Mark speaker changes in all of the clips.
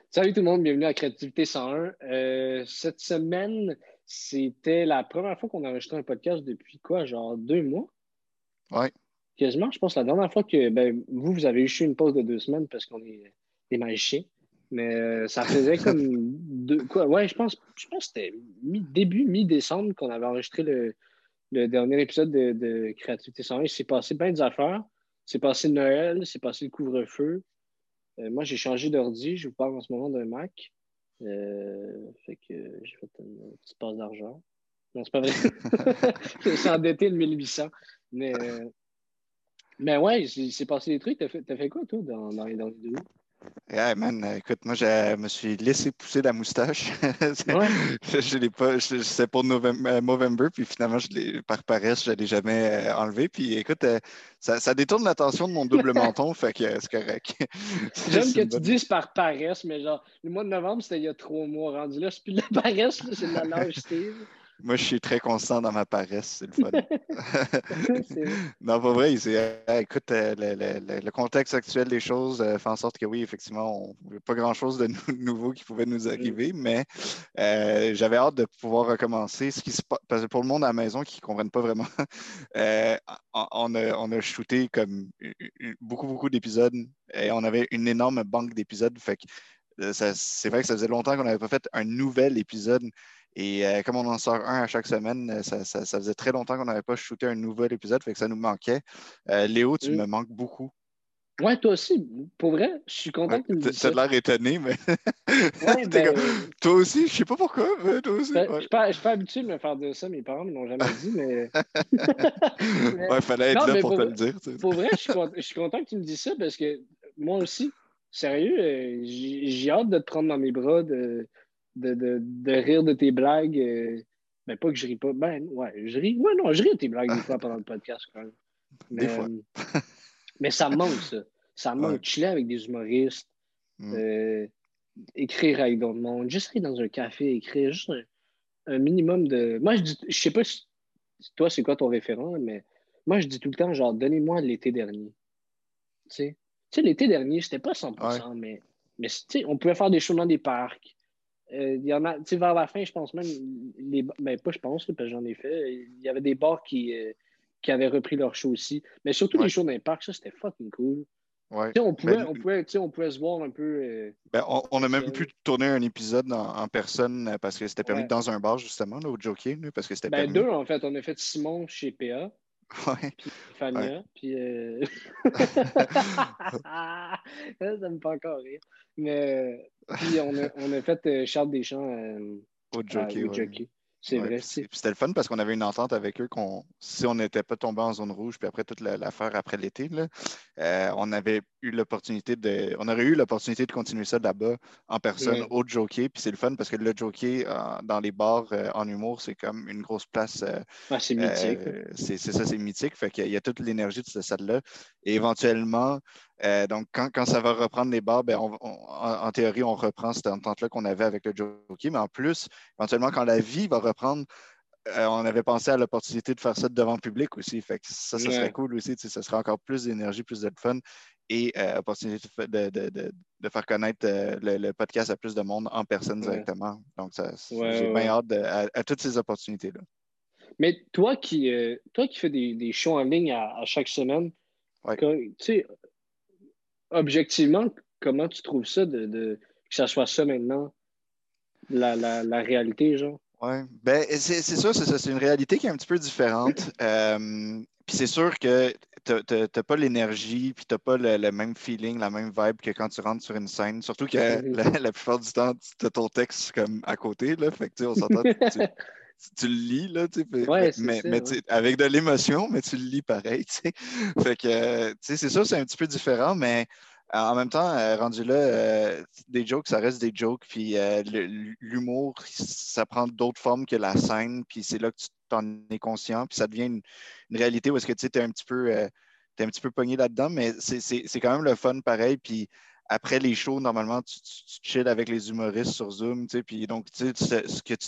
Speaker 1: Salut tout le monde, bienvenue à Créativité 101. Cette semaine, c'était la première fois qu'on a enregistré un podcast depuis quoi, genre 2 mois?
Speaker 2: Oui,
Speaker 1: Quasiment, je pense la dernière fois que vous avez eu une pause de 2 semaines parce qu'on est des magiciens. Mais ça faisait comme quoi, ouais, je pense que c'était début, mi-décembre qu'on avait enregistré le dernier épisode de Créativité 101. Il s'est passé bien des affaires. C'est passé Noël, c'est passé le couvre-feu. Moi, j'ai changé d'ordi. Je vous parle en ce moment d'un Mac. Fait que j'ai fait une petite passe d'argent. Non, c'est pas vrai. Je me suis endetté de 1800. Mais, euh, mais ouais, c'est passé des trucs. T'as fait quoi, toi, dans les derniers 2 mois?
Speaker 2: yeah, man, écoute, moi, je me suis laissé pousser la moustache.
Speaker 1: Ouais.
Speaker 2: Je l'ai pas, c'est pour Movember, puis finalement, par paresse, je ne l'ai jamais enlevé. Puis écoute, ça détourne l'attention de mon double menton, fait que c'est correct.
Speaker 1: J'aime
Speaker 2: C'est
Speaker 1: que
Speaker 2: une
Speaker 1: tu
Speaker 2: bonne.
Speaker 1: dises par paresse, mais genre, le mois de novembre, c'était il y a 3 mois rendu là. C'est plus de la paresse, là, c'est de la lâcheté.
Speaker 2: Moi, je suis très constant dans ma paresse, c'est le fun.
Speaker 1: C'est...
Speaker 2: Non, pas vrai. Écoute, le contexte actuel des choses fait en sorte que oui, effectivement, il n'y a pas grand-chose de nouveau qui pouvait nous
Speaker 1: Mm.
Speaker 2: arriver, mais j'avais hâte de pouvoir recommencer. Parce que pour le monde à la maison qui ne comprennent pas vraiment, euh, on a shooté comme beaucoup, beaucoup d'épisodes et on avait une énorme banque d'épisodes. Fait que c'est vrai que ça faisait longtemps qu'on n'avait pas fait un nouvel épisode. Et comme on en sort un à chaque semaine, ça faisait très longtemps qu'on n'avait pas shooté un nouvel épisode, fait que ça nous manquait. Léo, tu me
Speaker 1: Mm.
Speaker 2: manques beaucoup.
Speaker 1: Ouais, toi aussi. Pour vrai, je suis
Speaker 2: Ouais,
Speaker 1: content que tu me dises
Speaker 2: t'as
Speaker 1: ça.
Speaker 2: de l'air étonné, mais
Speaker 1: Ouais,
Speaker 2: t'es comme,
Speaker 1: ben,
Speaker 2: toi aussi, je sais pas pourquoi, mais toi aussi.
Speaker 1: je
Speaker 2: Ouais.
Speaker 1: je suis pas habitué de me faire dire ça. Mes parents ne me l'ont jamais dit, mais... mais-
Speaker 2: Ouais, fallait être
Speaker 1: Non,
Speaker 2: là
Speaker 1: mais
Speaker 2: pour te le dire. Tu sais.
Speaker 1: pour vrai, je suis content que tu me dises ça parce que moi aussi, sérieux, j'ai hâte de te prendre dans mes bras, de rire de tes blagues. Ben, pas que je ris pas. Ben, ouais, je ris. Ouais, non, je ris de tes blagues des fois pendant le podcast, quand même.
Speaker 2: Des
Speaker 1: Mais,
Speaker 2: fois.
Speaker 1: mais ça me manque, ça. Ça me
Speaker 2: Ouais.
Speaker 1: manque. Chiller avec des humoristes,
Speaker 2: Mm.
Speaker 1: euh, écrire avec d'autres mondes, juste aller dans un café, écrire, juste un minimum de. Moi, je sais pas si toi, c'est quoi ton référent, mais moi, je dis tout le temps, genre, donnez-moi l'été dernier. Tu sais, l'été dernier, c'était pas
Speaker 2: Ouais.
Speaker 1: 100%, mais tu sais, on pouvait faire des shows dans des parcs. Il y en a, tu sais, vers la fin, je pense même, ben, pas je pense, là, parce que j'en ai fait, il y avait des bars qui avaient repris leur show aussi. Mais surtout les
Speaker 2: Ouais.
Speaker 1: shows dans les parcs, ça, c'était fucking cool.
Speaker 2: Ouais.
Speaker 1: Tu sais, on
Speaker 2: Ben,
Speaker 1: pouvait, on pouvait, tu sais, on pouvait se voir un peu
Speaker 2: on a même pu
Speaker 1: seul.
Speaker 2: tourner un épisode en personne parce que c'était permis
Speaker 1: Ouais.
Speaker 2: dans un bar, justement, là, au Jockey, là, parce que c'était
Speaker 1: Ben,
Speaker 2: permis.
Speaker 1: deux, en fait. On a fait Simon chez PA,
Speaker 2: Ouais.
Speaker 1: puis
Speaker 2: Ouais.
Speaker 1: Fania, puis... Ça me fait encore rire. Mais, puis on a fait Charles Deschamps
Speaker 2: Au Jockey,
Speaker 1: au
Speaker 2: ouais.
Speaker 1: Jockey. C'est
Speaker 2: Ouais,
Speaker 1: vrai,
Speaker 2: puis
Speaker 1: tu sais.
Speaker 2: c'était le fun parce qu'on avait une entente avec eux si on n'était pas tombé en zone rouge, puis après toute l'affaire après l'été, là, on aurait eu l'opportunité de continuer ça là-bas en personne
Speaker 1: Ouais.
Speaker 2: au Jockey, puis c'est le fun parce que le Jockey dans les bars en humour, c'est comme une grosse place.
Speaker 1: Ah, c'est mythique, hein.
Speaker 2: C'est ça, c'est mythique. Fait qu'il y a toute l'énergie de cette salle-là. Et éventuellement, donc quand ça va reprendre les bars, ben en théorie, on reprend cette entente-là qu'on avait avec le Jockey, mais en plus, éventuellement, quand la vie va reprendre, on avait pensé à l'opportunité de faire ça devant le public aussi. Fait que ça serait
Speaker 1: Ouais.
Speaker 2: cool aussi. Ça serait encore plus d'énergie, plus de fun et opportunité de faire connaître le podcast à plus de monde en personne
Speaker 1: Ouais.
Speaker 2: directement. Donc,
Speaker 1: Ouais,
Speaker 2: j'ai
Speaker 1: ouais,
Speaker 2: bien
Speaker 1: ouais.
Speaker 2: hâte à toutes ces opportunités-là.
Speaker 1: Mais toi qui fais des shows en ligne à chaque semaine,
Speaker 2: Ouais.
Speaker 1: tu sais, objectivement, comment tu trouves ça que ça soit ça maintenant, la réalité, genre?
Speaker 2: Ouais. Ben, c'est sûr, c'est ça. C'est une réalité qui est un petit peu différente. Puis c'est sûr que t'as pas l'énergie, puis t'as pas le même feeling, la même vibe que quand tu rentres sur une scène. Surtout que
Speaker 1: Mhm.
Speaker 2: la plupart du temps, tu as ton texte comme à côté, là. Fait que, tu sais, on s'entend, tu le lis, là, tu sais,
Speaker 1: Ouais, c'est ça,
Speaker 2: tu
Speaker 1: ouais.
Speaker 2: sais, avec de l'émotion, mais tu le lis pareil, tu sais. Fait que, tu sais, c'est sûr, c'est un petit peu différent, mais en même temps, rendu là, des jokes, ça reste des jokes, puis l'humour, ça prend d'autres formes que la scène, puis c'est là que tu t'en es conscient, puis ça devient une réalité où est-ce que tu sais, t'es un petit peu pogné là-dedans, mais c'est quand même le fun pareil, puis après les shows, normalement, tu chill avec les humoristes sur Zoom, tu sais, puis donc, tu sais, ce que tu disais que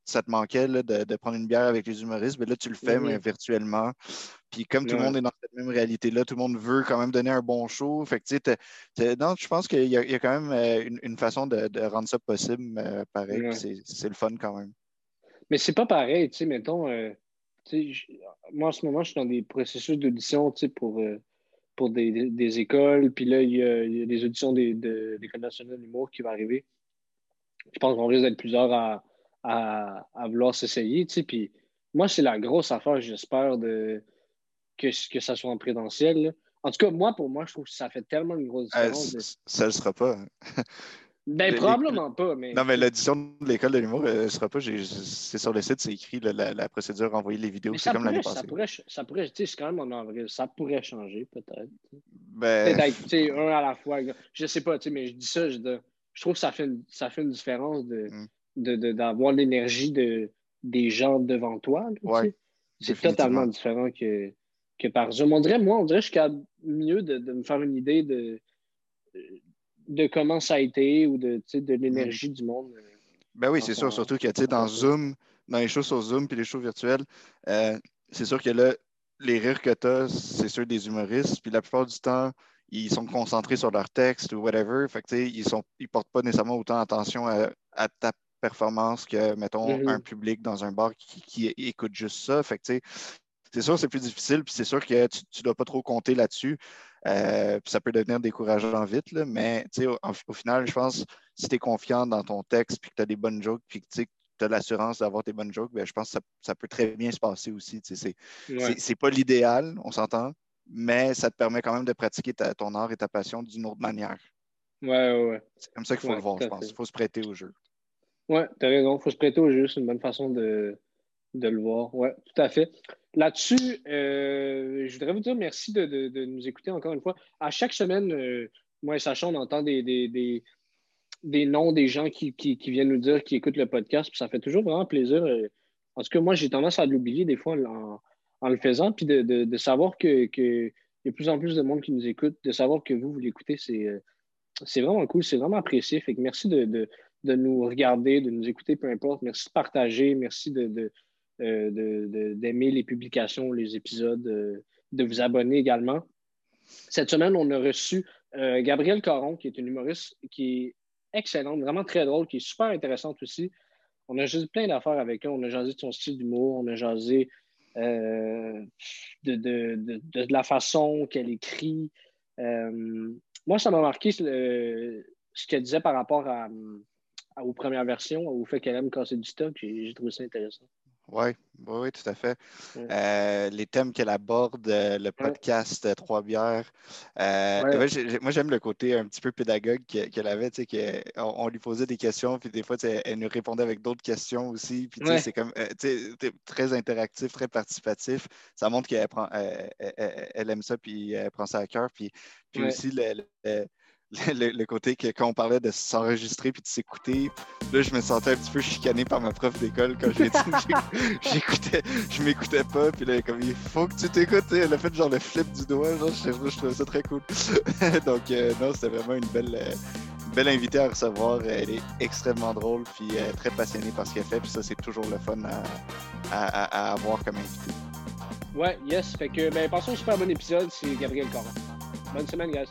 Speaker 2: ça te manquait là, de prendre une bière avec les humoristes, mais là, tu le fais, mais virtuellement. Puis comme tout le monde est dans cette même réalité-là, tout le monde veut quand même donner un bon show. Fait que, tu sais, non, je pense qu'il y a quand même une façon de rendre ça possible, pareil. Puis c'est le fun quand même.
Speaker 1: Mais c'est pas pareil, tu sais, mettons, tu sais, moi en ce moment, je suis dans des processus d'audition, tu sais, pour des écoles. Puis là, il y a des auditions de l'École nationale d'humour qui vont arriver. Je pense qu'on risque d'être plusieurs à vouloir s'essayer, tu sais. Puis moi, c'est la grosse affaire, j'espère, que ça soit en présentiel, là. En tout cas, moi, pour moi, je trouve que ça fait tellement une grosse différence.
Speaker 2: Ça ne le sera pas.
Speaker 1: Ben, probablement pas, mais
Speaker 2: non, mais l'audition de l'École de l'humour ne sera pas. C'est sur le site, c'est écrit la procédure, envoyer les vidéos. C'est comme l'année passée.
Speaker 1: Ça pourrait, tu sais, c'est quand même en avril. Ça pourrait changer, peut-être.
Speaker 2: Ben...
Speaker 1: Peut-être être, tu sais, un à la fois. Je sais pas, tu sais, mais je dis ça, je trouve que ça fait une différence d'avoir l'énergie des gens devant toi, là, tu sais. C'est totalement différent que par Zoom. On dirait je suis capable mieux de me faire une idée de comment ça a été ou de l'énergie du monde.
Speaker 2: Ben oui, c'est sûr, surtout que dans Zoom, dans les shows sur Zoom puis les shows virtuels, c'est sûr que là, les rires que tu as, c'est ceux des humoristes, puis la plupart du temps, ils sont concentrés sur leur texte ou whatever. Fait que, ils portent pas nécessairement autant attention à ta performance que, mettons, un public dans un bar qui écoute juste ça. Fait que, c'est sûr, c'est plus difficile, puis c'est sûr que tu ne dois pas trop compter là-dessus. Puis ça peut devenir décourageant vite, là, mais au final, je pense si tu es confiant dans ton texte, puis que tu as des bonnes jokes, puis que tu as l'assurance d'avoir tes bonnes jokes, ben, je pense que ça peut très bien se passer aussi. C'est pas l'idéal, on s'entend, mais ça te permet quand même de pratiquer ton art et ta passion d'une autre manière.
Speaker 1: Ouais.
Speaker 2: C'est comme ça qu'il faut le voir, je pense. Il faut se prêter au jeu.
Speaker 1: Ouais, tu as raison. Il faut se prêter au jeu. C'est une bonne façon de le voir. Ouais, tout à fait. Là-dessus, je voudrais vous dire merci de nous écouter encore une fois. À chaque semaine, moi et Sacha, on entend des noms des gens qui viennent nous dire qu'ils écoutent le podcast. Puis ça fait toujours vraiment plaisir. En tout cas, moi, j'ai tendance à l'oublier des fois en le faisant. Puis de savoir qu'il y a de plus en plus de monde qui nous écoute, de savoir que vous l'écoutez, c'est vraiment cool. C'est vraiment apprécié. Fait que merci de nous regarder, de nous écouter, peu importe. Merci de partager. Merci d'aimer les publications, les épisodes, de vous abonner également. Cette semaine, on a reçu Gabrielle Caron, qui est une humoriste qui est excellente, vraiment très drôle, qui est super intéressante aussi. On a jasé plein d'affaires avec elle. On a jasé de son style d'humour. On a jasé de la façon qu'elle écrit. Moi, ça m'a marqué ce qu'elle disait par rapport aux premières versions, au fait qu'elle aime casser du stock. J'ai trouvé ça intéressant.
Speaker 2: Oui, tout à fait. Les thèmes qu'elle aborde, le podcast Trois bières. Moi, j'aime le côté un petit peu pédagogue qu'elle avait, on lui posait des questions, puis des fois, elle nous répondait avec d'autres questions aussi. Puis c'est comme très interactif, très participatif. Ça montre qu'elle elle aime ça, puis elle prend ça à cœur. Puis aussi le côté que quand on parlait de s'enregistrer puis de s'écouter, là, je me sentais un petit peu chicané par ma prof d'école quand je m'écoutais pas, puis là, comme il faut que tu t'écoutes, elle a fait genre le flip du doigt, genre, je trouvais ça très cool. Donc, non, c'était vraiment une belle invitée à recevoir. Elle est extrêmement drôle, puis très passionnée par ce qu'elle fait, puis ça, c'est toujours le fun à avoir comme invité.
Speaker 1: Ouais, yes. Fait que, passons un super bon épisode, c'est Gabrielle Caron. Bonne semaine, guys.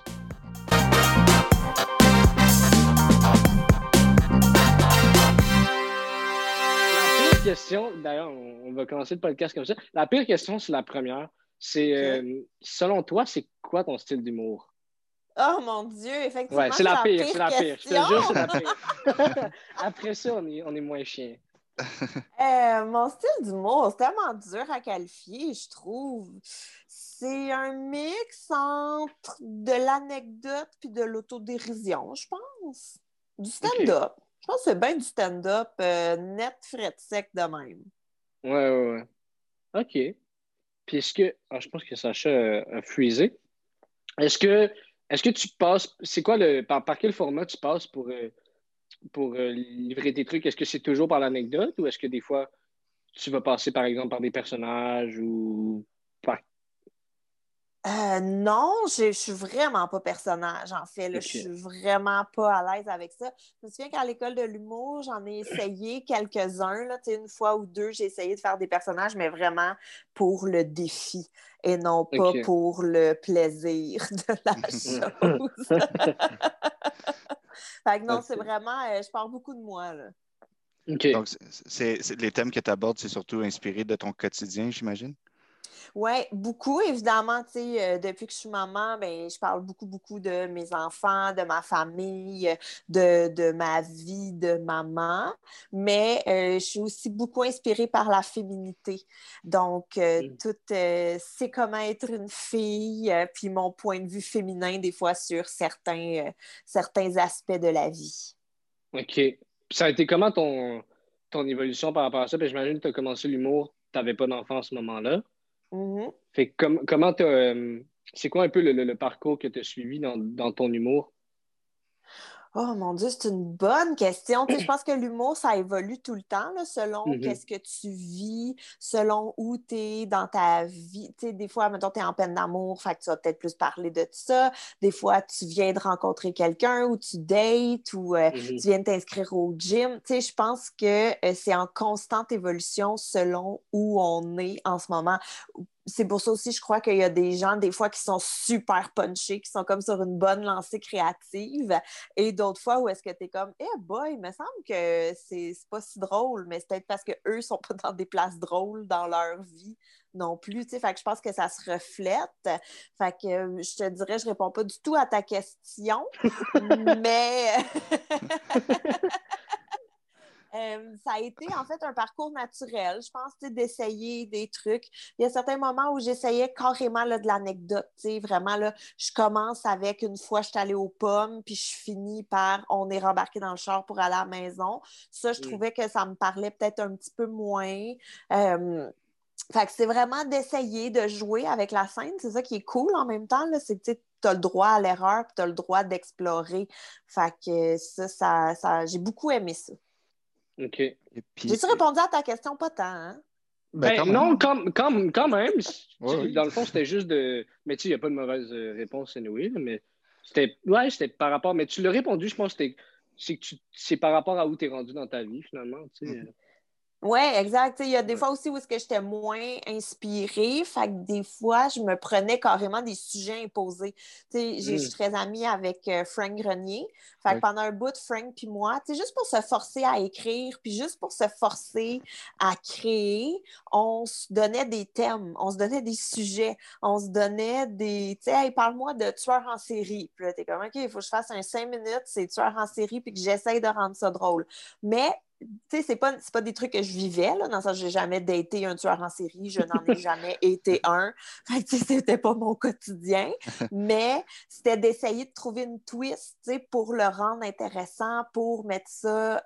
Speaker 1: Question, d'ailleurs, on va commencer le podcast comme ça. La pire question, c'est la première. C'est, selon toi, c'est quoi ton style d'humour?
Speaker 3: Oh mon Dieu, effectivement,
Speaker 1: ouais, c'est la pire.
Speaker 3: Je
Speaker 1: te jure, c'est la pire. Après ça, on est moins chien.
Speaker 3: Mon style d'humour, c'est tellement dur à qualifier, je trouve. C'est un mix entre de l'anecdote puis de l'autodérision, je pense. Du stand-up. Okay. Je pense que c'est bien du stand-up net, frais sec de même.
Speaker 1: Ouais. OK. Puis est-ce que... je pense que Sacha a freezé. Est-ce que tu passes... C'est quoi par quel format tu passes pour livrer tes trucs? Est-ce que c'est toujours par l'anecdote ou est-ce que des fois, tu vas passer, par exemple, par des personnages ou par...
Speaker 3: Non, je suis vraiment pas personnage, en fait. Là. Je
Speaker 1: OK.
Speaker 3: suis vraiment pas à l'aise avec ça. Je me souviens qu'à l'école de l'humour, j'en ai essayé quelques-uns. Là, une fois ou deux, j'ai essayé de faire des personnages, mais vraiment pour le défi et non pas
Speaker 1: OK.
Speaker 3: pour le plaisir de la chose. Fait que non, c'est vraiment, je parle beaucoup de moi, là.
Speaker 1: OK.
Speaker 2: Donc, les thèmes que tu abordes, c'est surtout inspiré de ton quotidien, j'imagine?
Speaker 3: Oui, beaucoup, évidemment, tu sais, depuis que je suis maman, ben, je parle beaucoup, beaucoup de mes enfants, de ma famille, de ma vie de maman, mais je suis aussi beaucoup inspirée par la féminité. Donc,
Speaker 1: Mm.
Speaker 3: tout, c'est comment être une fille, puis mon point de vue féminin, des fois, sur certains aspects de la vie.
Speaker 1: OK. Puis ça a été comment ton évolution par rapport à ça? Puis j'imagine que tu as commencé l'humour, tu n'avais pas d'enfant à ce moment-là.
Speaker 3: Mhm.
Speaker 1: Fait que comment t'as. C'est quoi un peu le parcours que tu as suivi dans ton humour?
Speaker 3: Oh mon Dieu, c'est une bonne question. Tu sais, je pense que l'humour, ça évolue tout le temps, là, selon
Speaker 1: Mhm.
Speaker 3: qu'est-ce que tu vis, selon où tu es dans ta vie. Tu sais, des fois, mettons, tu es en peine d'amour, fait que tu vas peut-être plus parler de ça. Des fois, tu viens de rencontrer quelqu'un ou tu dates ou
Speaker 1: Mhm.
Speaker 3: tu viens de t'inscrire au gym. Tu sais, je pense que c'est en constante évolution selon où on est en ce moment. C'est pour ça aussi, je crois qu'il y a des gens, des fois, qui sont super punchés, qui sont comme sur une bonne lancée créative, et d'autres fois où est-ce que tu es comme, eh boy, il me semble que c'est pas si drôle, mais c'est peut-être parce qu'eux sont pas dans des places drôles dans leur vie non plus, tu sais. Fait que je pense que ça se reflète. Fait que je te dirais, je réponds pas du tout à ta question, mais ça a été en fait un parcours naturel, je pense, d'essayer des trucs. Il y a certains moments où j'essayais carrément là, de l'anecdote, vraiment, là, je commence avec une fois je suis allée aux pommes, puis je finis par on est rembarqué dans le char pour aller à la maison. Ça, je
Speaker 1: Mm.
Speaker 3: trouvais que ça me parlait peut-être un petit peu moins. Euh, Fait que c'est vraiment d'essayer de jouer avec la scène. C'est ça qui est cool en même temps, là, c'est que tu as le droit à l'erreur, puis tu as le droit d'explorer. Fait que j'ai beaucoup aimé ça.
Speaker 1: OK.
Speaker 2: Et puis,
Speaker 3: J'ai-tu répondu à ta question? Pas tant, hein?
Speaker 2: ben quand
Speaker 1: Ben
Speaker 2: même.
Speaker 1: non, quand même.
Speaker 2: Oui, oui.
Speaker 1: Dans le fond, c'était juste de. Mais tu sais, il n'y a pas de mauvaise réponse anyway, là, mais c'était. Ouais, c'était par rapport. Mais tu l'as répondu, je pense que c'est par rapport à où tu es rendu dans ta vie, finalement. Tu sais.
Speaker 2: Mhm.
Speaker 3: Oui, exact. Il y a des
Speaker 1: Ouais.
Speaker 3: fois aussi où est-ce que j'étais moins inspirée. Fait que des fois, je me prenais carrément des sujets imposés. Je suis
Speaker 1: Mm.
Speaker 3: très amie avec Frank Grenier. Fait que
Speaker 2: Oui.
Speaker 3: pendant un bout, Frank puis moi, juste pour se forcer à écrire, puis juste pour se forcer à créer, on se donnait des thèmes, on se donnait des sujets, on se donnait des... Tu sais, hey, parle-moi de tueur en série. Puis là, t'es comme, OK, il faut que je fasse un 5 minutes, c'est tueur en série, puis que j'essaye de rendre ça drôle. Mais tu sais, c'est pas des trucs que je vivais, là, dans le sens que j'ai jamais daté un tueur en série, je n'en ai jamais été un. Fait que, tu sais, c'était pas mon quotidien, mais c'était d'essayer de trouver une twist, tu sais, pour le rendre intéressant, pour mettre ça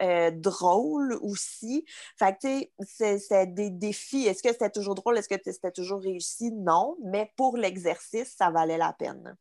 Speaker 3: drôle aussi. Fait que, tu sais, c'est des défis. Est-ce que c'était toujours drôle? Est-ce que c'était toujours réussi? Non, mais pour l'exercice, ça valait la peine.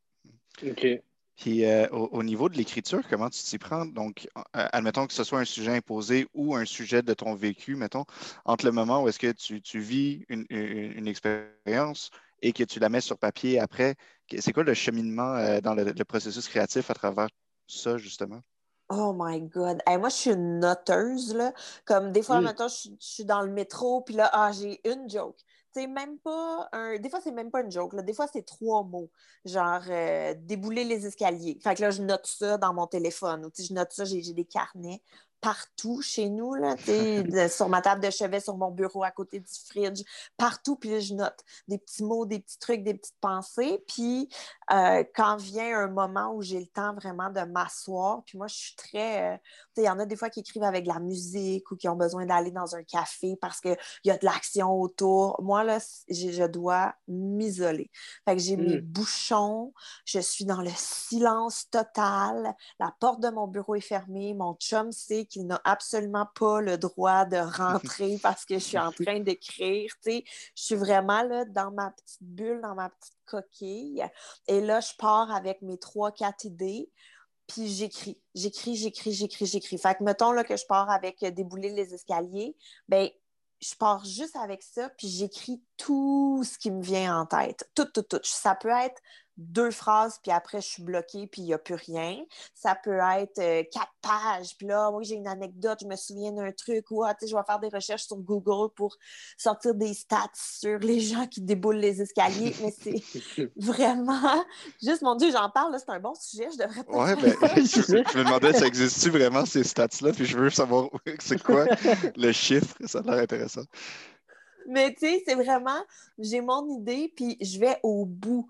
Speaker 1: OK.
Speaker 2: Puis au niveau de l'écriture, comment tu t'y prends? Donc, admettons que ce soit un sujet imposé ou un sujet de ton vécu, mettons, entre le moment où est-ce que tu vis une expérience et que tu la mets sur papier après, c'est quoi le cheminement dans le processus créatif à travers ça, justement?
Speaker 3: Oh my God. Hey, moi, je suis une noteuse, là. Comme des fois,
Speaker 1: Mm.
Speaker 3: maintenant, je suis dans le métro, puis là, j'ai une joke. C'est même pas un. Des fois, c'est même pas une joke, là. Des fois, c'est 3 mots. Genre, débouler les escaliers. Fait que là, je note ça dans mon téléphone. Ou, je note ça, j'ai des carnets partout chez nous, là, sur ma table de chevet, sur mon bureau, à côté du fridge, partout. Puis là, je note des petits mots, des petits trucs, des petites pensées. Puis, quand vient un moment où j'ai le temps vraiment de m'asseoir, puis moi, je suis très... il y en a des fois qui écrivent avec de la musique ou qui ont besoin d'aller dans un café parce qu'il y a de l'action autour. Moi, là, je dois m'isoler. Fait que j'ai mes
Speaker 1: Mm.
Speaker 3: bouchons, je suis dans le silence total, la porte de mon bureau est fermée, mon chum sait qu'il n'a absolument pas le droit de rentrer parce que je suis en train d'écrire, je suis vraiment là dans ma petite bulle, dans ma petite coquille. Et là, je pars avec mes 3, 4 idées, puis j'écris. Fait que mettons là, que je pars avec débouler les escaliers, ben je pars juste avec ça, puis j'écris tout ce qui me vient en tête. Tout. Ça peut être 2 phrases, puis après, je suis bloquée, puis il n'y a plus rien. Ça peut être 4 pages, puis là, oui, j'ai une anecdote, je me souviens d'un truc, ou je vais faire des recherches sur Google pour sortir des stats sur les gens qui déboulent les escaliers, mais c'est vraiment... Juste, mon Dieu, j'en parle, là, c'est un bon sujet, je devrais pas
Speaker 2: Ouais,
Speaker 3: faire ça.
Speaker 2: je me demandais, ça existe-tu vraiment ces stats-là? Puis je veux savoir c'est quoi le chiffre. Ça a l'air intéressant.
Speaker 3: Mais tu sais, c'est vraiment, j'ai mon idée, puis je vais au bout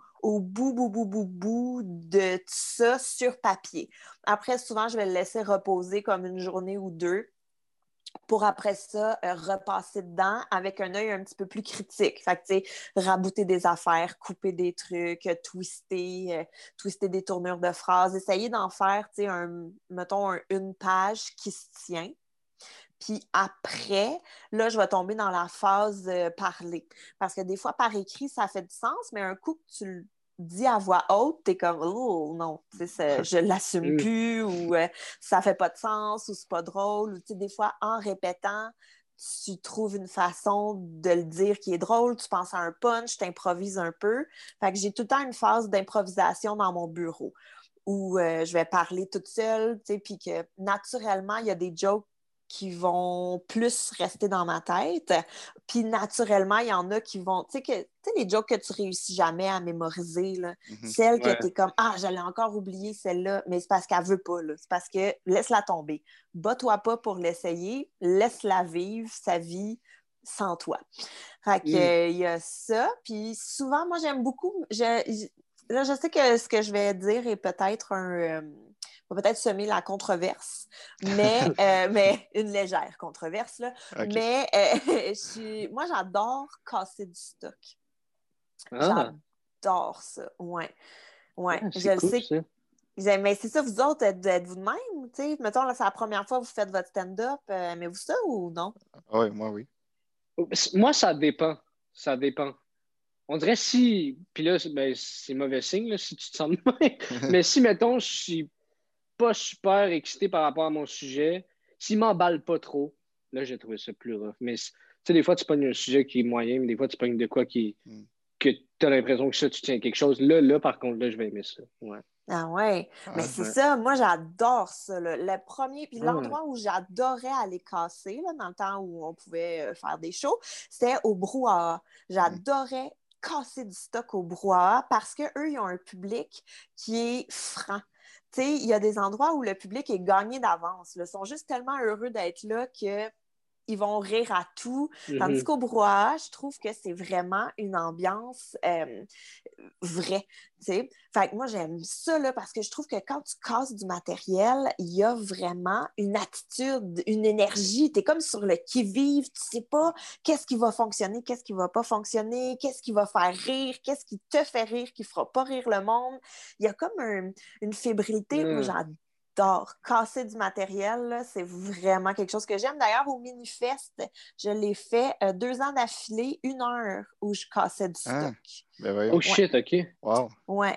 Speaker 3: de ça sur papier. Après, souvent, je vais le laisser reposer comme une journée ou 2 pour après ça repasser dedans avec un œil un petit peu plus critique. Fait que, tu sais, rabouter des affaires, couper des trucs, twister des tournures de phrases, essayer d'en faire, tu sais, mettons, une page qui se tient. Puis après, là, je vais tomber dans la phase parler. Parce que des fois, par écrit, ça fait du sens, mais un coup que tu le dis à voix haute, t'es comme « Oh non, je l'assume plus » ou ça fait pas de sens ou c'est pas drôle. Ou des fois, en répétant, tu trouves une façon de le dire qui est drôle, tu penses à un punch, tu improvises un peu. Fait que j'ai tout le temps une phase d'improvisation dans mon bureau où je vais parler toute seule, puis que naturellement, il y a des jokes qui vont plus rester dans ma tête. Puis naturellement, il y en a qui vont... Tu sais, les jokes que tu réussis jamais à mémoriser, là, celles que tu es comme « Ah, je l'ai encore oublié, celle-là », mais c'est parce qu'elle veut pas, là. C'est parce que laisse-la tomber. Bats-toi pas pour l'essayer, laisse-la vivre sa vie sans toi. Fait que, il y a ça. Puis souvent, moi, j'aime beaucoup... Là, je sais que ce que je vais dire est peut-être va peut-être semer la controverse, mais une légère controverse, là.
Speaker 2: Okay.
Speaker 3: Mais moi, j'adore casser du stock. J'adore ça, ouais. Je le
Speaker 1: cool,
Speaker 3: sais.
Speaker 1: Ça.
Speaker 3: Mais c'est ça, vous autres, êtes-vous de même? T'sais? Mettons, là, c'est la première fois que vous faites votre stand-up. Aimez-vous ça ou non?
Speaker 2: Oui, moi, oui.
Speaker 1: Moi, ça dépend. Ça dépend. On dirait si... Puis là, ben, c'est mauvais signe, là, si tu te sens de même. Mais si, mettons, je suis pas super excité par rapport à mon sujet, s'il m'emballe pas trop, là, j'ai trouvé ça plus rough. Mais tu sais, des fois, tu pognes un sujet qui est moyen, mais des fois, tu pognes de quoi que tu as l'impression que ça, tu tiens quelque chose. Là, par contre, là, je vais aimer ça. Ouais.
Speaker 3: Ah ouais, mais c'est ça, moi j'adore ça. Là. Le premier, puis l'endroit où j'adorais aller casser, là, dans le temps où on pouvait faire des shows, c'était au brouhaha. J'adorais casser du stock au brouhaha parce qu'eux, ils ont un public qui est franc. Tu sais, il y a des endroits où le public est gagné d'avance. Ils sont juste tellement heureux d'être là que ils vont rire à tout. Tandis qu'au brouhaha, je trouve que c'est vraiment une ambiance vraie. T'sais. Fait que moi, j'aime ça là, parce que je trouve que quand tu casses du matériel, il y a vraiment une attitude, une énergie. Tu es comme sur le qui-vive. Tu sais pas qu'est-ce qui va fonctionner, qu'est-ce qui va pas fonctionner, qu'est-ce qui va faire rire, qu'est-ce qui te fait rire, qui fera pas rire le monde. Il y a comme une fébrilité. Moi, j'adore casser du matériel, là, c'est vraiment quelque chose que j'aime. D'ailleurs, au Minifest, je l'ai fait 2 ans d'affilée, 1 heure où je cassais du stock.
Speaker 2: Ben voyons.
Speaker 1: Oh shit, OK.
Speaker 2: Wow.
Speaker 3: Ouais.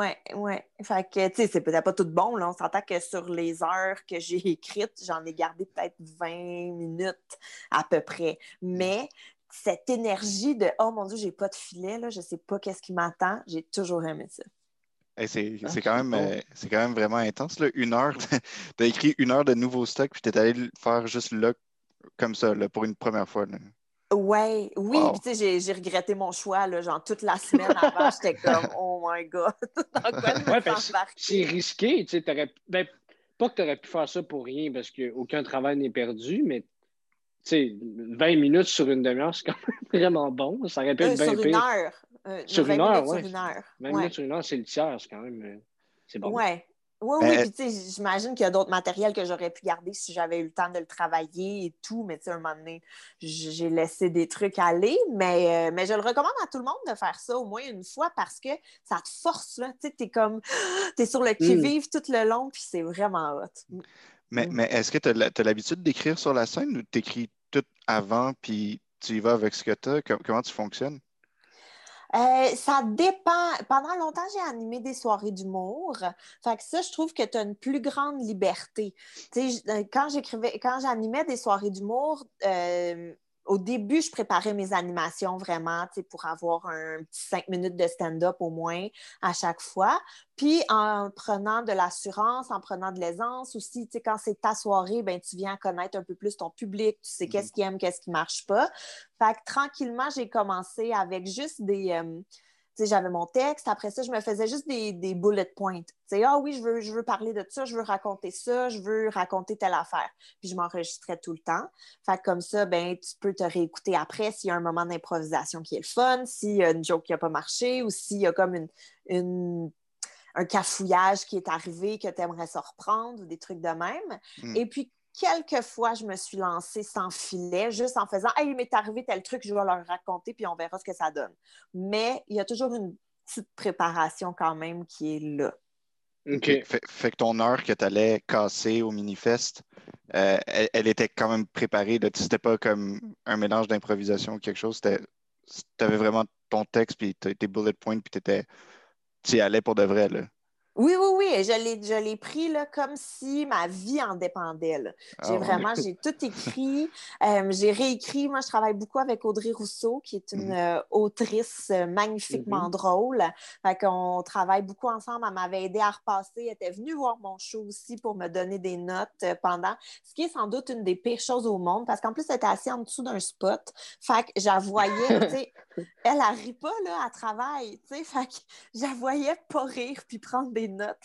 Speaker 3: Fait que, tu sais, c'est peut-être pas tout bon, là. On s'entend que sur les heures que j'ai écrites, j'en ai gardé peut-être 20 minutes à peu près. Mais cette énergie de « Oh mon Dieu, j'ai pas de filet, là, je sais pas qu'est-ce qui m'attend », j'ai toujours aimé ça.
Speaker 2: Hey, c'est quand même vraiment intense, là. 1 heure. Tu as écrit 1 heure de nouveau stock, puis tu es allé le faire juste là, comme ça, là, pour une première fois. Là.
Speaker 3: Oui,
Speaker 2: Wow.
Speaker 3: puis tu sais, j'ai regretté mon choix, là, genre toute la semaine avant, j'étais comme « Oh my God, dans quoi je me sens embarquée? »
Speaker 1: C'est risqué, tu sais, ben, pas que tu aurais pu faire ça pour rien, parce qu'aucun travail n'est perdu, mais tu sais, 20 minutes sur une demi-heure, c'est quand même vraiment bon. Ça aurait pu être bien
Speaker 3: sur
Speaker 1: pire.
Speaker 3: 1 heure.
Speaker 1: Sur
Speaker 3: 20
Speaker 1: une heure,
Speaker 3: minutes
Speaker 1: oui.
Speaker 3: sur 1 heure.
Speaker 1: 20 minutes sur 1 heure, c'est le tiers, c'est quand même... c'est bon.
Speaker 3: Ouais. Oui, puis tu sais, j'imagine qu'il y a d'autres matériels que j'aurais pu garder si j'avais eu le temps de le travailler et tout, mais tu sais, un moment donné, j'ai laissé des trucs aller, mais je le recommande à tout le monde de faire ça au moins une fois parce que ça te force, là, tu sais, t'es sur le qui-vive tout le long, puis c'est vraiment hot.
Speaker 2: Mais est-ce que tu as l'habitude d'écrire sur la scène ou tu écris tout avant, puis tu y vas avec ce que tu as? Comment tu fonctionnes?
Speaker 3: Ça dépend. Pendant longtemps, j'ai animé des soirées d'humour. Fait que ça, je trouve que tu as une plus grande liberté. Tu sais, quand j'animais des soirées d'humour, au début, je préparais mes animations vraiment, pour avoir un petit 5 minutes de stand-up au moins à chaque fois. Puis, en prenant de l'assurance, en prenant de l'aisance aussi, quand c'est ta soirée, ben, tu viens connaître un peu plus ton public, tu sais qu'est-ce qui aime, qu'est-ce qui marche pas. Fait que tranquillement, j'ai commencé avec juste des... j'avais mon texte. Après ça, je me faisais juste des bullet points. Ah oui, je veux parler de ça, je veux raconter ça, je veux raconter telle affaire. Puis je m'enregistrais tout le temps. Fait que comme ça, ben, tu peux te réécouter après s'il y a un moment d'improvisation qui est le fun, s'il y a une joke qui n'a pas marché ou s'il y a comme un cafouillage qui est arrivé que tu aimerais se reprendre ou des trucs de même. Et puis, quelquefois, je me suis lancée sans filet, juste en faisant « Hey, il m'est arrivé tel truc, je vais leur raconter, puis on verra ce que ça donne. » Mais il y a toujours une petite préparation quand même qui est là.
Speaker 2: OK. Fait que ton heure que tu allais casser au Minifest, elle était quand même préparée. C'était pas comme un mélange d'improvisation ou quelque chose. Tu avais vraiment ton texte, puis tes bullet points, puis tu y allais pour de vrai, là.
Speaker 3: Oui, oui, oui. Et je l'ai pris là, comme si ma vie en dépendait. Là. J'ai tout écrit. J'ai réécrit. Moi, je travaille beaucoup avec Audrey Rousseau, qui est une autrice magnifiquement drôle. Fait qu'on travaille beaucoup ensemble. Elle m'avait aidé à repasser. Elle était venue voir mon show aussi pour me donner des notes pendant. Ce qui est sans doute une des pires choses au monde, parce qu'en plus, elle était assise en dessous d'un spot. Fait que je la voyais, tu sais, elle rit pas, là, elle travaille, tu sais. Fait que je la voyais pas rire puis prendre des notes.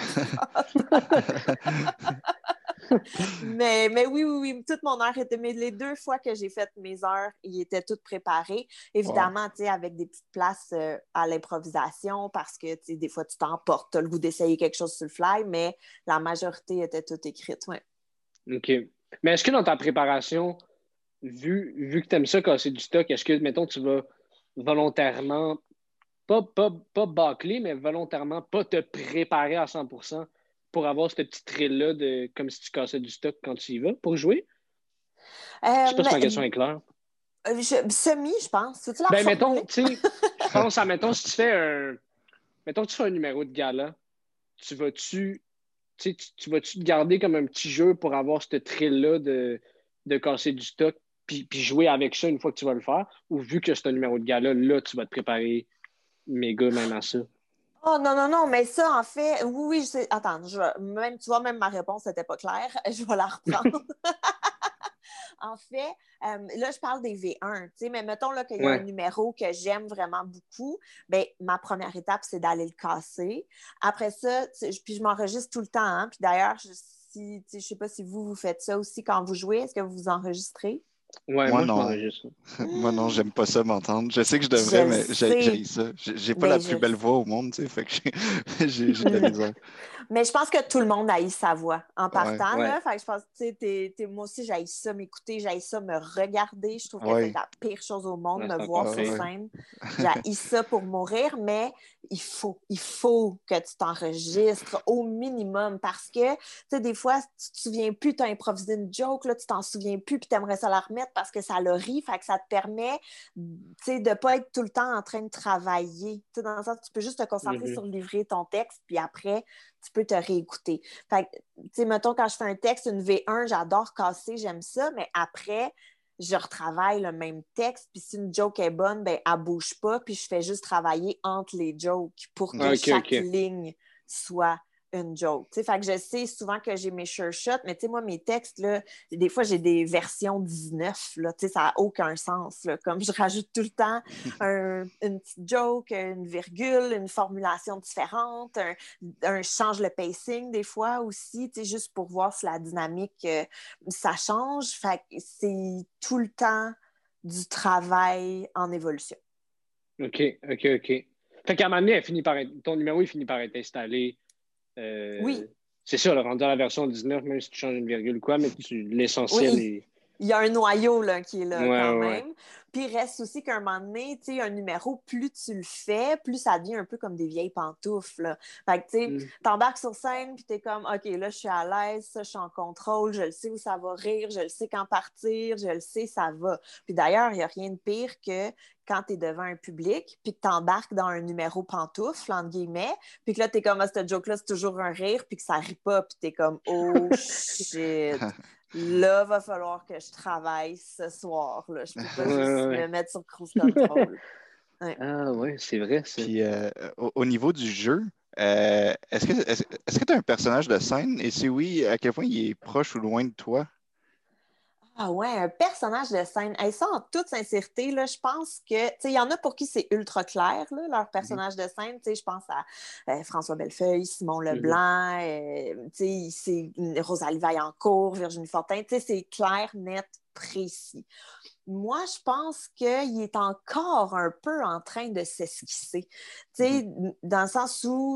Speaker 3: mais oui, oui, oui, toute mon heure était... Mais les 2 fois que j'ai fait mes heures, ils étaient toutes préparées. Évidemment, tu sais, avec des petites places à l'improvisation parce que, tu sais, des fois, tu t'emportes, tu as le goût d'essayer quelque chose sur le fly, mais la majorité était toute écrite, ouais.
Speaker 1: OK. Mais est-ce que dans ta préparation, vu que tu aimes ça casser du stock, est-ce que, mettons, tu vas volontairement, pas bâcler, mais volontairement pas te préparer à 100% pour avoir ce petit thrill-là de comme si tu cassais du stock quand tu y vas pour jouer? Je sais pas si ma question est claire.
Speaker 3: Je pense. Veux-tu la
Speaker 1: Ben, mettons,
Speaker 3: reformuler?
Speaker 1: tu sais, je pense à, mettons, si tu fais mettons que tu fais un numéro de gala, tu vas-tu te garder comme un petit jeu pour avoir ce thrill-là de casser du stock puis jouer avec ça une fois que tu vas le faire? Ou vu que c'est un numéro de gala, là, tu vas te préparer méga même à ça?
Speaker 3: Oh non, non, non, mais ça, en fait, oui, oui, je sais. Attends, tu vois, même ma réponse n'était pas claire. Je vais la reprendre. En fait, là, je parle des V1, tu sais, mais mettons là, qu'il y a un numéro que j'aime vraiment beaucoup, bien, ma première étape, c'est d'aller le casser. Après ça, puis je m'enregistre tout le temps, hein, puis d'ailleurs, je ne sais pas si vous faites ça aussi quand vous jouez, est-ce que vous vous enregistrez?
Speaker 1: Ouais,
Speaker 2: moi
Speaker 1: je
Speaker 2: non.
Speaker 1: m'enregistre.
Speaker 2: Moi non, j'aime pas ça m'entendre. Je sais que je devrais, mais j'haïs ça. J'ai pas la plus belle voix au monde, tu sais, fait que j'ai de la misère.
Speaker 3: Mais je pense que tout le monde haït sa voix en partant.
Speaker 1: Ouais.
Speaker 3: Là. Fait que je pense que moi aussi, j'haïs ça m'écouter, j'haïs ça me regarder. Je trouve que c'est la pire chose au monde, me voir sur scène. J'haïs ça pour mourir, mais il faut que tu t'enregistres au minimum parce que, tu sais, des fois, tu te souviens plus, tu as improvisé une joke, là, tu t'en souviens plus, puis tu aimerais ça la remettre parce que ça le rit. Fait que ça te permet, tu sais, de pas être tout le temps en train de travailler. Tu sais, dans le sens, tu peux juste te concentrer sur livrer ton texte, puis après, tu peux te réécouter. Fait que, tu sais, mettons, quand je fais un texte, une V1, j'adore casser, j'aime ça, mais après, je retravaille le même texte, puis si une joke est bonne, ben elle bouge pas, puis je fais juste travailler entre les jokes pour que chaque ligne soit une joke. T'sais, fait que je sais souvent que j'ai mes sure shots, mais tu sais, moi, mes textes, là, des fois, j'ai des versions 19, là, ça n'a aucun sens. Là, comme je rajoute tout le temps une petite joke, une virgule, une formulation différente, un change le pacing des fois aussi, juste pour voir si la dynamique, ça change. Fait que c'est tout le temps du travail en évolution.
Speaker 1: OK. Fait qu'à un moment donné, ton numéro, il finit par être installé.
Speaker 3: Oui.
Speaker 1: C'est ça, rendu à la version 19, même si tu changes une virgule ou quoi, mais l'essentiel est...
Speaker 3: Il y a un noyau là, qui est là quand même. Puis il reste aussi qu'à un moment donné, tu sais, un numéro, plus tu le fais, plus ça devient un peu comme des vieilles pantoufles. Là. Fait que tu sais, t'embarques sur scène, puis t'es comme, OK, là, je suis à l'aise, ça, je suis en contrôle, je le sais où ça va rire, je le sais quand partir, je le sais, ça va. Puis d'ailleurs, il n'y a rien de pire que quand tu es devant un public, puis que tu embarques dans un numéro pantoufle, entre guillemets, puis que là, tu es comme, cette joke-là, c'est toujours un rire, puis que ça rit pas, puis tu es comme, oh shit. là, va falloir que je travaille ce soir. Là. Je peux pas juste
Speaker 1: Ouais.
Speaker 3: me mettre sur cruise control. Ouais.
Speaker 1: Ah ouais, c'est vrai, ça.
Speaker 2: Puis au niveau du jeu, est-ce que tu as un personnage de scène? Et si oui, à quel point il est proche ou loin de toi?
Speaker 3: Ah ouais, un personnage de scène. Hey, ça, en toute sincérité, là, je pense que, tu sais, il y en a pour qui c'est ultra clair, là, leur personnage de scène. Tu sais, je pense à François Bellefeuille, Simon Leblanc, tu sais, c'est Rosalie Vaillancourt, Virginie Fortin. Tu sais, c'est clair, net, précis. Moi, je pense qu'il est encore un peu en train de s'esquisser. Tu sais, dans le sens où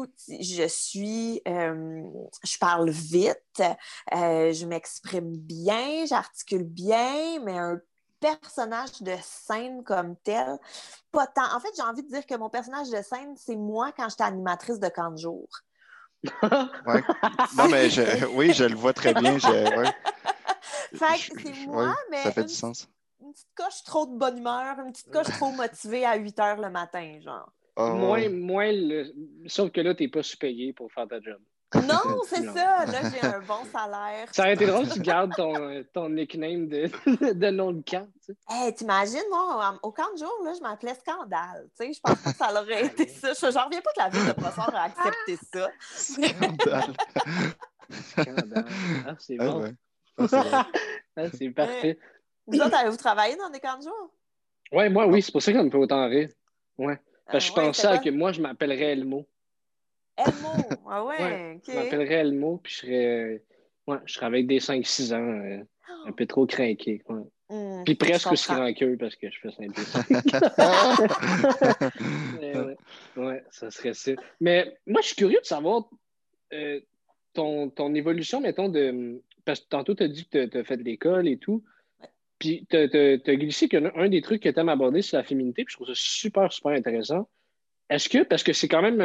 Speaker 3: je parle vite, je m'exprime bien, j'articule bien, mais un personnage de scène comme tel, pas tant. En fait, j'ai envie de dire que mon personnage de scène, c'est moi quand j'étais animatrice de camp de jour.
Speaker 2: Ouais. Non, mais oui, je le vois très bien. Ouais.
Speaker 3: Fait que c'est moi,
Speaker 2: Ouais, ça
Speaker 3: mais
Speaker 2: fait du sens.
Speaker 3: une petite coche trop de bonne humeur, une petite coche trop motivée à 8 heures le matin, genre.
Speaker 2: Ouais.
Speaker 1: Sauf que là, t'es pas sous-payé pour faire ta job.
Speaker 3: Non,
Speaker 1: Tu
Speaker 3: c'est
Speaker 1: lances.
Speaker 3: ça. Là, j'ai un bon salaire.
Speaker 1: Ça aurait été drôle si tu gardes ton nickname de nom de camp. Tu sais.
Speaker 3: Hey, t'imagines, moi, au camp de jour, là, je m'appelais Scandale. Tu sais, je pense pas que ça aurait été ça. J'en reviens pas que la ville de Brossard a accepté ça.
Speaker 2: Scandale.
Speaker 1: Scandale. Ah, c'est
Speaker 2: Ah
Speaker 1: bon.
Speaker 2: ouais. Ah, c'est vrai.
Speaker 1: Ah, c'est parfait.
Speaker 3: Vous autres, avez-vous travaillé dans des camps de jour?
Speaker 1: Ouais, moi,
Speaker 2: Non.
Speaker 1: oui, c'est pour ça qu'on me fait autant rire. Ouais. Parce que je
Speaker 3: Ouais,
Speaker 1: pensais
Speaker 3: c'était quoi?
Speaker 1: que moi, je m'appellerais Elmo.
Speaker 3: Elmo. Ah
Speaker 1: Ouais,
Speaker 3: ouais,
Speaker 1: je
Speaker 3: OK.
Speaker 1: m'appellerais Elmo, puis je serais avec des 5-6 ans, un peu trop craqué. Ouais. Puis
Speaker 3: Je
Speaker 1: presque aussi
Speaker 3: comprends.
Speaker 1: grand qu'eux parce que je fais 5 pieds 5. Mais ouais, ça serait ça. Mais moi, je suis curieux de savoir euh, ton évolution, mettons, parce que tantôt, tu as dit que tu as fait de l'école et tout. Puis tu as glissé qu'un des trucs que tu aimes aborder, c'est la féminité, puis je trouve ça super, super intéressant. Parce que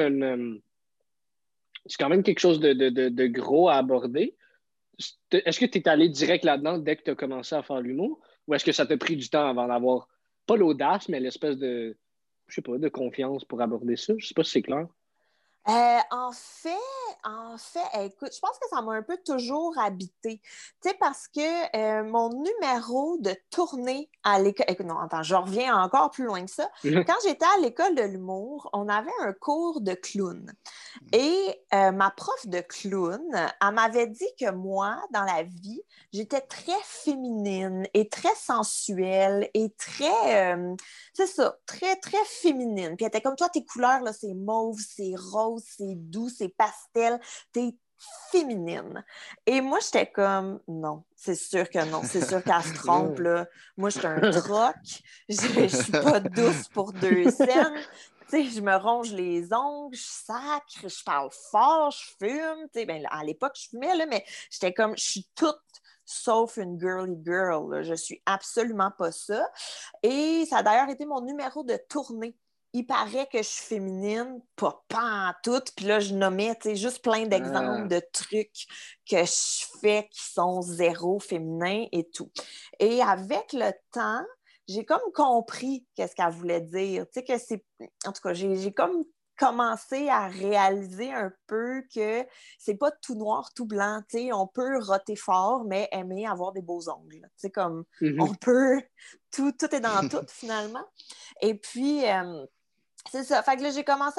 Speaker 1: c'est quand même quelque chose de gros à aborder, est-ce que tu es allé direct là-dedans dès que tu as commencé à faire l'humour? Ou est-ce que ça t'a pris du temps avant d'avoir, pas l'audace, mais l'espèce je sais pas, de confiance pour aborder ça? Je sais pas si c'est clair.
Speaker 3: En fait, écoute, je pense que ça m'a un peu toujours habité. Tu sais, parce que mon numéro de tournée à l'école. Écoute, non, attends, je reviens encore plus loin que ça. Quand j'étais à l'école de l'humour, on avait un cours de clown. Et ma prof de clown, elle m'avait dit que moi, dans la vie, j'étais très féminine et très sensuelle et très, c'est ça, très, très féminine. Puis elle était comme toi, tes couleurs, là, c'est mauve, c'est rose, c'est doux, c'est pastel, t'es féminine. Et moi, j'étais comme, non, c'est sûr que non, c'est sûr qu'elle se trompe, là. Moi, je suis un troc, je suis pas douce pour 2 scènes. Tu sais, je me ronge les ongles, je sacre, je parle fort, je fume. Tu sais, ben, à l'époque, je fumais, là, mais j'étais comme, je suis toute sauf une girly girl. Là. Je suis absolument pas ça. Et ça a d'ailleurs été mon numéro de tournée. Il paraît que je suis féminine, pas en tout. Puis là, je nommais juste plein d'exemples de trucs que je fais qui sont zéro féminin et tout. Et avec le temps, j'ai comme compris qu'est-ce qu'elle voulait dire. Tu sais, que c'est. En tout cas, j'ai comme commencé à réaliser un peu que c'est pas tout noir, tout blanc. Tu sais, on peut roter fort, mais aimer avoir des beaux ongles. Tu sais, comme on peut. Tout est dans tout, finalement. Et puis, c'est ça. Fait que là, j'ai commencé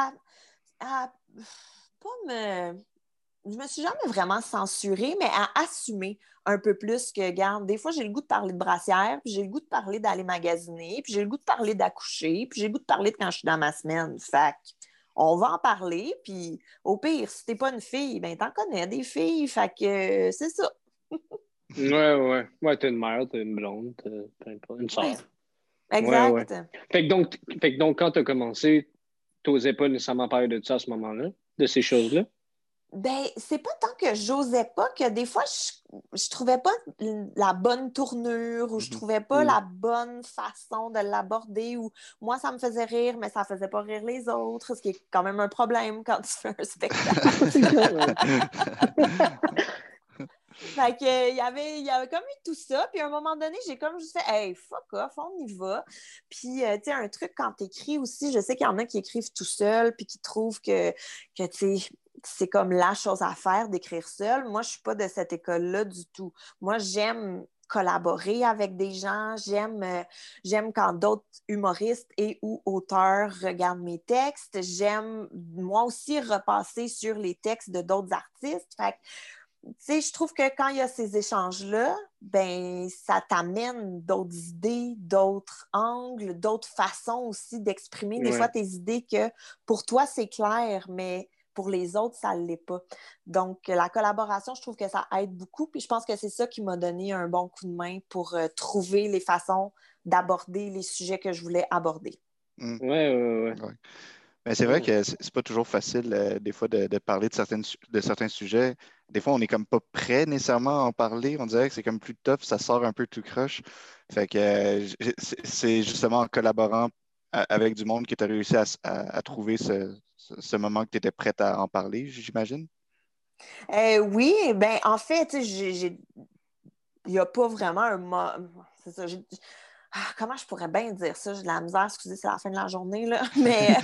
Speaker 3: à pas me je me suis jamais vraiment censurée, mais à assumer un peu plus que, regarde, des fois, j'ai le goût de parler de brassière, puis j'ai le goût de parler d'aller magasiner, puis j'ai le goût de parler d'accoucher, puis j'ai le goût de parler de quand je suis dans ma semaine. Fait on va en parler, puis au pire, si t'es pas une fille, ben t'en connais des filles, fait que c'est ça.
Speaker 1: Ouais. Ouais, t'as une mère, t'as une blonde, t'as une
Speaker 3: Ouais,
Speaker 1: soeur. Ouais.
Speaker 3: exact.
Speaker 1: Fait que donc, quand t'as commencé, t'osais pas nécessairement parler de ça à ce moment-là, de ces choses-là?
Speaker 3: Ben, c'est pas tant que j'osais pas que des fois, je trouvais pas la bonne tournure ou je trouvais pas la bonne façon de l'aborder ou moi, ça me faisait rire, mais ça faisait pas rire les autres, ce qui est quand même un problème quand tu fais un spectacle. Fait que, il y avait comme eu tout ça. Puis à un moment donné, j'ai comme juste fait, hey, fuck off, on y va. Puis, tu sais, un truc quand t'écris aussi, je sais qu'il y en a qui écrivent tout seul, puis qui trouvent que tu sais, c'est comme la chose à faire d'écrire seul. Moi, je suis pas de cette école-là du tout. Moi, j'aime collaborer avec des gens. J'aime quand d'autres humoristes et ou auteurs regardent mes textes. J'aime, moi aussi, repasser sur les textes de d'autres artistes. Fait que, tu sais, je trouve que quand il y a ces échanges-là, ben ça t'amène d'autres idées, d'autres angles, d'autres façons aussi d'exprimer des fois
Speaker 1: Ouais.
Speaker 3: tes idées que pour toi, c'est clair, mais pour les autres, ça ne l'est pas. Donc, la collaboration, je trouve que ça aide beaucoup. Puis je pense que c'est ça qui m'a donné un bon coup de main pour trouver les façons d'aborder les sujets que je voulais aborder.
Speaker 2: Mm.
Speaker 1: Ouais.
Speaker 2: Ouais. Mais c'est vrai que c'est pas toujours facile, des fois, de parler de certains sujets. Des fois, on n'est comme pas prêt nécessairement à en parler. On dirait que c'est comme plus tough, ça sort un peu tout croche. Fait que c'est justement en collaborant avec du monde que tu as réussi à trouver ce moment que tu étais prête à en parler, j'imagine.
Speaker 3: Oui, ben en fait, tu sais, il n'y a pas vraiment c'est ça. Comment je pourrais bien dire ça? J'ai de la misère, excusez, c'est la fin de la journée, là. Mais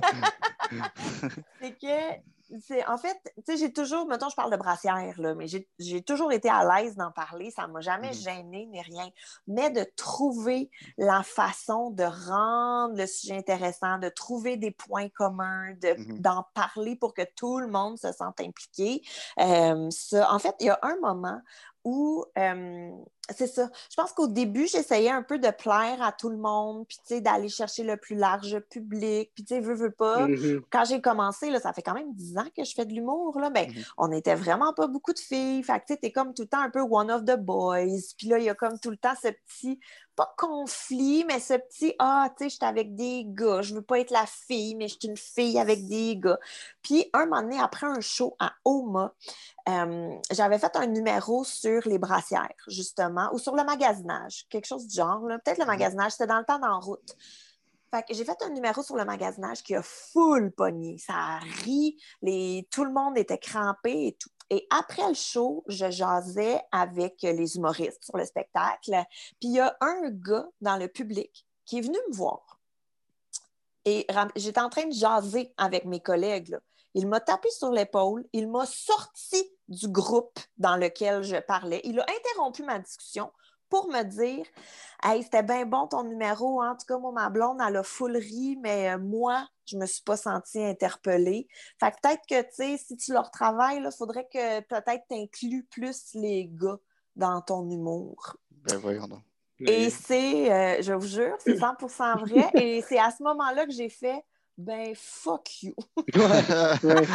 Speaker 3: c'est que, en fait, tu sais, j'ai toujours, mettons, je parle de brassière, là, mais j'ai toujours été à l'aise d'en parler. Ça ne m'a jamais
Speaker 2: Mhm.
Speaker 3: gênée ni rien. Mais de trouver la façon de rendre le sujet intéressant, de trouver des points communs,
Speaker 2: Mhm.
Speaker 3: d'en parler pour que tout le monde se sente impliqué. Ça, en fait, il y a un moment où, c'est ça, je pense qu'au début, j'essayais un peu de plaire à tout le monde, puis tu sais, d'aller chercher le plus large public, puis tu sais, veux pas.
Speaker 1: Mhm.
Speaker 3: Quand j'ai commencé, là, ça fait quand même 10 ans que je fais de l'humour, là, ben,
Speaker 2: Mhm.
Speaker 3: on n'était vraiment pas beaucoup de filles, fait que tu sais, t'es comme tout le temps un peu one of the boys, puis là, il y a comme tout le temps ce petit, pas conflit, mais ce petit, tu sais, je suis avec des gars, je veux pas être la fille, mais je suis une fille avec des gars. Puis un moment donné, après un show à Oma, j'avais fait un numéro sur les brassières, justement, ou sur le magasinage, quelque chose du genre. Peut-être le
Speaker 2: Mhm.
Speaker 3: magasinage, c'était dans le temps d'en route. Fait que j'ai fait un numéro sur le magasinage qui a full pogné. Ça a ri, tout le monde était crampé et tout. Et après le show, je jasais avec les humoristes sur le spectacle. Puis il y a un gars dans le public qui est venu me voir. Et j'étais en train de jaser avec mes collègues, là. Il m'a tapé sur l'épaule, il m'a sorti du groupe dans lequel je parlais. Il a interrompu ma discussion pour me dire « Hey, c'était bien bon ton numéro, hein? En tout cas, moi, ma blonde, elle a full ri, mais moi, je ne me suis pas sentie interpellée. Fait que peut-être que, tu sais, si tu leur travailles, il faudrait que peut-être tu inclues plus les gars dans ton humour. »
Speaker 2: Ben voyons donc.
Speaker 3: Et
Speaker 1: Ouais.
Speaker 3: c'est, je vous jure, c'est 100% vrai. Et c'est à ce moment-là que j'ai fait, ben, fuck you.
Speaker 1: Ouais.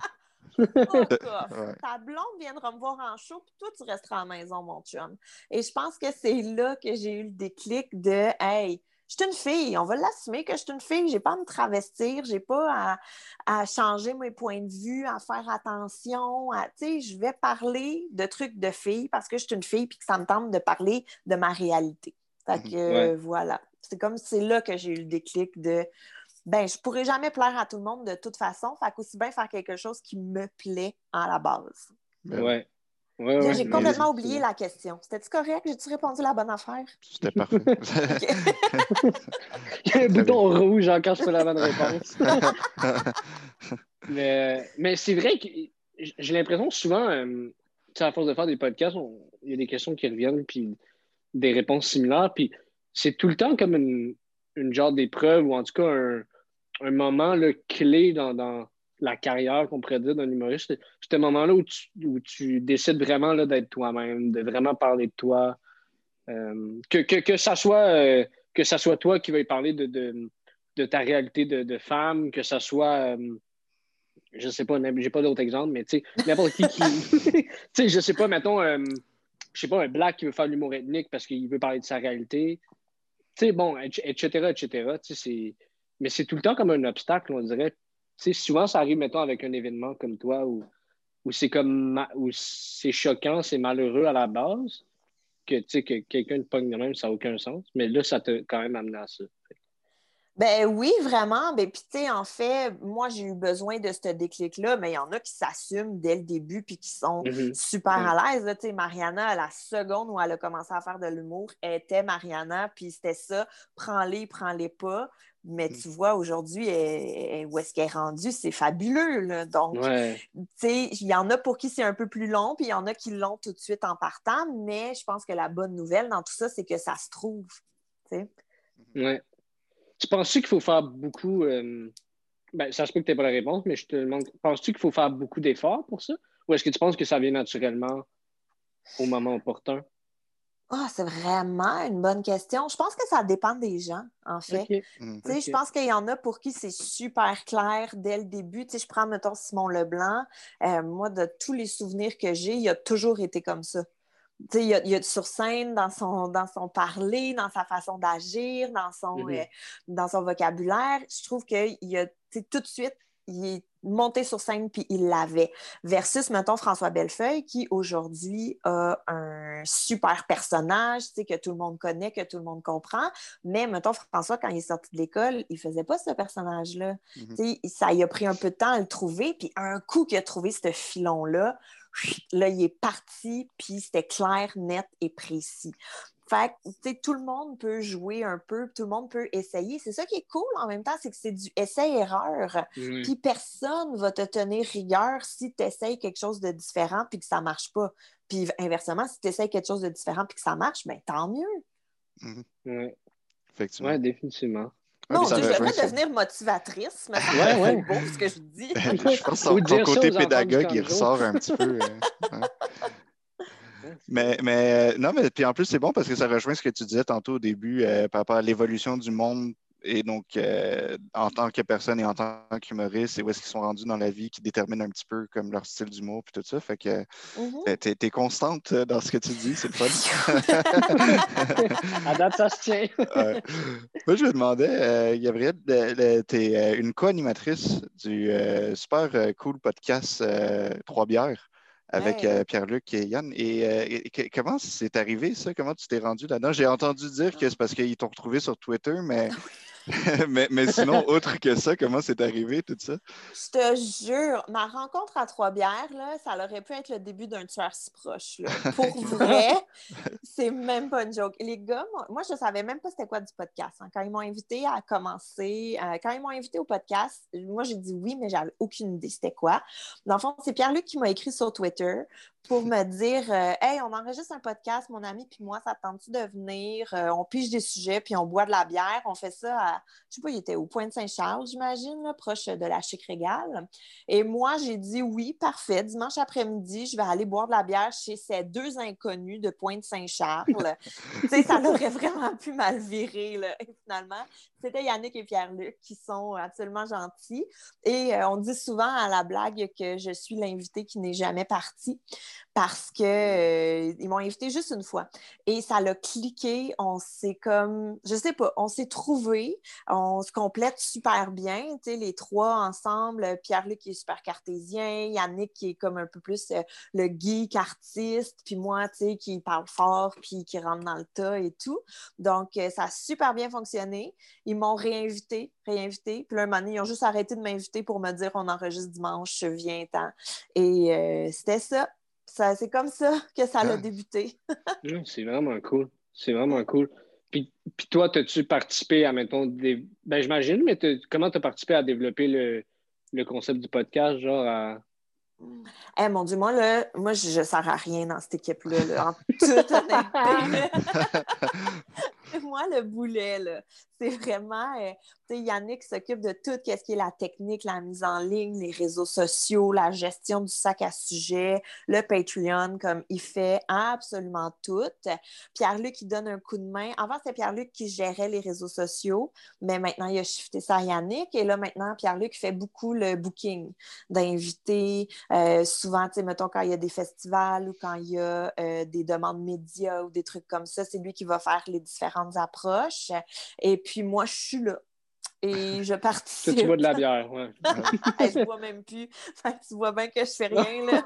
Speaker 3: Fuck off.
Speaker 2: Ouais.
Speaker 3: Ta blonde viendra me voir en show, puis toi, tu resteras à la maison, mon chum. Et je pense que c'est là que j'ai eu le déclic de, hey, je suis une fille, on va l'assumer que je suis une fille, j'ai pas à me travestir, j'ai pas à changer mes points de vue, à faire attention, tu sais, je vais parler de trucs de fille parce que je suis une fille puis que ça me tente de parler de ma réalité. Fait
Speaker 2: Mhm.
Speaker 3: que,
Speaker 1: Ouais.
Speaker 3: voilà. C'est comme, c'est là que j'ai eu le déclic de, ben, je pourrais jamais plaire à tout le monde de toute façon, fait qu'aussi bien faire quelque chose qui me plaît à la base.
Speaker 2: Ben oui.
Speaker 1: Ouais. Ouais,
Speaker 3: Là,
Speaker 1: ouais.
Speaker 3: j'ai
Speaker 1: Mais
Speaker 3: complètement
Speaker 1: c'est
Speaker 3: oublié
Speaker 1: bon.
Speaker 3: la question. C'était-tu correct? J'ai-tu répondu la bonne affaire?
Speaker 2: C'était parfait.
Speaker 3: OK.
Speaker 1: Il y a un
Speaker 2: Très bien.
Speaker 1: bouton rouge encore, c'est pas la bonne réponse. Mais c'est vrai que j'ai l'impression souvent, tu sais, à force de faire des podcasts, il y a des questions qui reviennent, puis des réponses similaires, puis c'est tout le temps comme une genre d'épreuve, ou en tout cas un moment là, clé dans la carrière, qu'on pourrait dire, d'un humoriste. C'est un moment-là où tu décides vraiment là, d'être toi-même, de vraiment parler de toi. Que ça soit toi qui veuille parler de ta réalité de femme, que ça soit, je sais pas, j'ai pas d'autres exemples, mais tu sais, n'importe qui, tu sais, je sais pas, mettons, je sais pas, un black qui veut faire de l'humour ethnique parce qu'il veut parler de sa réalité, tu sais, bon, etc., etc., tu sais, mais c'est tout le temps comme un obstacle, on dirait. Tu sais, souvent, ça arrive, mettons, avec un événement comme toi où c'est où c'est choquant, c'est malheureux à la base, que, tu sais, que quelqu'un te pogne de même, ça n'a aucun sens. Mais là, ça t'a quand même amené à ça.
Speaker 3: Ben oui, vraiment. Ben, puis, tu sais, en fait, moi, j'ai eu besoin de ce déclic-là, mais il y en a qui s'assument dès le début puis qui sont
Speaker 1: Mhm.
Speaker 3: super
Speaker 1: Ouais.
Speaker 3: à l'aise. Tu sais, Mariana, à la seconde où elle a commencé à faire de l'humour, elle était Mariana, puis c'était ça, prends-les pas. Mais tu vois, aujourd'hui, où est-ce qu'elle est rendue? C'est fabuleux, là. Donc, tu sais, il y en a pour qui c'est un peu plus long, puis il y en a qui l'ont tout de suite en partant, mais je pense que la bonne nouvelle dans tout ça, c'est que ça se trouve, tu sais.
Speaker 1: Ouais. Tu penses-tu qu'il faut faire beaucoup... ça se peut que tu n'aies pas la réponse, mais je te demande, penses-tu qu'il faut faire beaucoup d'efforts pour ça? Ou est-ce que tu penses que ça vient naturellement au moment opportun?
Speaker 3: Ah, c'est vraiment une bonne question. Je pense que ça dépend des gens, en fait.
Speaker 1: OK.
Speaker 3: Tu sais, je pense qu'il y en a pour qui c'est super clair dès le début. Tu sais, je prends, mettons, Simon Leblanc. Moi, de tous les souvenirs que j'ai, il a toujours été comme ça. Tu sais, il y a sur scène, dans son parler, dans sa façon d'agir, dans son vocabulaire. Je trouve qu'il y a, tu sais, tout de suite, il est monté sur scène puis il l'avait. Versus, mettons, François Bellefeuille, qui aujourd'hui a un super personnage, tu sais, que tout le monde connaît, que tout le monde comprend. Mais, mettons, François, quand il est sorti de l'école, il faisait pas ce personnage-là. Tu sais, ça y a pris un peu de temps à le trouver. Puis un coup qu'il a trouvé ce filon-là, là, il est parti, puis c'était clair, net et précis. Fait que, tu sais, tout le monde peut jouer un peu, tout le monde peut essayer. C'est ça qui est cool en même temps, c'est que c'est du essai-erreur. Puis personne va te tenir rigueur si tu essayes quelque chose de différent puis que ça marche pas. Puis inversement, si tu essayes quelque chose de différent puis que ça marche, bien, tant mieux.
Speaker 1: Oui,
Speaker 2: Effectivement.
Speaker 1: définitivement.
Speaker 3: Mon Dieu, je devrais devenir motivatrice, mais ça c'est beau ce que je dis.
Speaker 2: Je pense que ton côté pédagogue, il ressort un petit peu. Non, mais puis en plus, c'est bon parce que ça rejoint ce que tu disais tantôt au début par rapport à l'évolution du monde et donc en tant que personne et en tant qu'humoriste et où est-ce qu'ils sont rendus dans la vie qui détermine un petit peu comme leur style d'humour puis tout ça. Fait que t'es constante dans ce que tu dis, c'est le fun.
Speaker 1: À date, ça se tient.
Speaker 2: Moi, je me demandais, Gabrielle, t'es une co-animatrice du super cool podcast Trois bières avec Pierre-Luc et Yann. Et comment c'est arrivé, ça? Comment tu t'es rendu là-dedans? J'ai entendu dire que c'est parce qu'ils t'ont retrouvé sur Twitter, mais, mais sinon, autre que ça, comment c'est arrivé, tout ça?
Speaker 3: Je te jure, ma rencontre à Trois-Bières, là, ça aurait pu être le début d'un tueur si proche. Là. Pour vrai, c'est même pas une joke. Les gars, moi, je savais même pas c'était quoi du podcast. Hein. Quand ils m'ont invité à commencer, quand ils m'ont invité au podcast, moi, j'ai dit oui, mais j'avais aucune idée c'était quoi. Dans le fond, c'est Pierre-Luc qui m'a écrit sur Twitter pour me dire Hey, on enregistre un podcast, mon ami puis moi, ça te tente-tu de venir? On pige des sujets, puis on boit de la bière. On fait ça à, je sais pas, il était au Pointe-Saint-Charles, j'imagine, là, proche de la Chic Régale. Et moi, j'ai dit oui, parfait. Dimanche après-midi, je vais aller boire de la bière chez ces deux inconnus de Pointe-Saint-Charles. Tu sais, ça l'aurait vraiment pu mal virer, là. Et finalement, c'était Yannick et Pierre-Luc qui sont absolument gentils. Et on dit souvent à la blague que je suis l'invité qui n'est jamais parti parce que ils m'ont invité juste une fois. Et ça l'a cliqué. On s'est comme, je sais pas, on s'est trouvés. On se complète super bien, tu sais, les trois ensemble. Pierre-Luc qui est super cartésien, Yannick qui est comme un peu plus le geek artiste, puis moi, tu sais, qui parle fort, puis qui rentre dans le tas et tout. Donc, ça a super bien fonctionné. Ils m'ont réinvité. Puis là, un moment donné, ils ont juste arrêté de m'inviter pour me dire on enregistre dimanche, je viens tant. Et c'était ça. C'est comme ça que ça a débuté.
Speaker 1: C'est vraiment cool. C'est vraiment cool. Puis toi, as-tu participé à, mettons, ben j'imagine, mais comment tu as participé à développer le concept du podcast, genre à...
Speaker 3: Mon Dieu, moi, je ne sers à rien dans cette équipe-là, là, en toute honnêteté. Moi, le boulet, là, c'est vraiment... tu sais, Yannick s'occupe de tout ce qui est la technique, la mise en ligne, les réseaux sociaux, la gestion du sac à sujet, le Patreon, comme il fait absolument tout. Pierre-Luc, il donne un coup de main. Avant, c'était Pierre-Luc qui gérait les réseaux sociaux, mais maintenant, il a shifté ça à Yannick. Et là, maintenant, Pierre-Luc fait beaucoup le booking d'invités. Souvent, tu sais, mettons, quand il y a des festivals ou quand il y a des demandes médias ou des trucs comme ça, c'est lui qui va faire les différentes approches. Et puis, moi, je suis là. Et je participe.
Speaker 1: Tu bois de la bière, ouais.
Speaker 3: Je bois même plus. Fait que tu vois bien que je fais rien, là.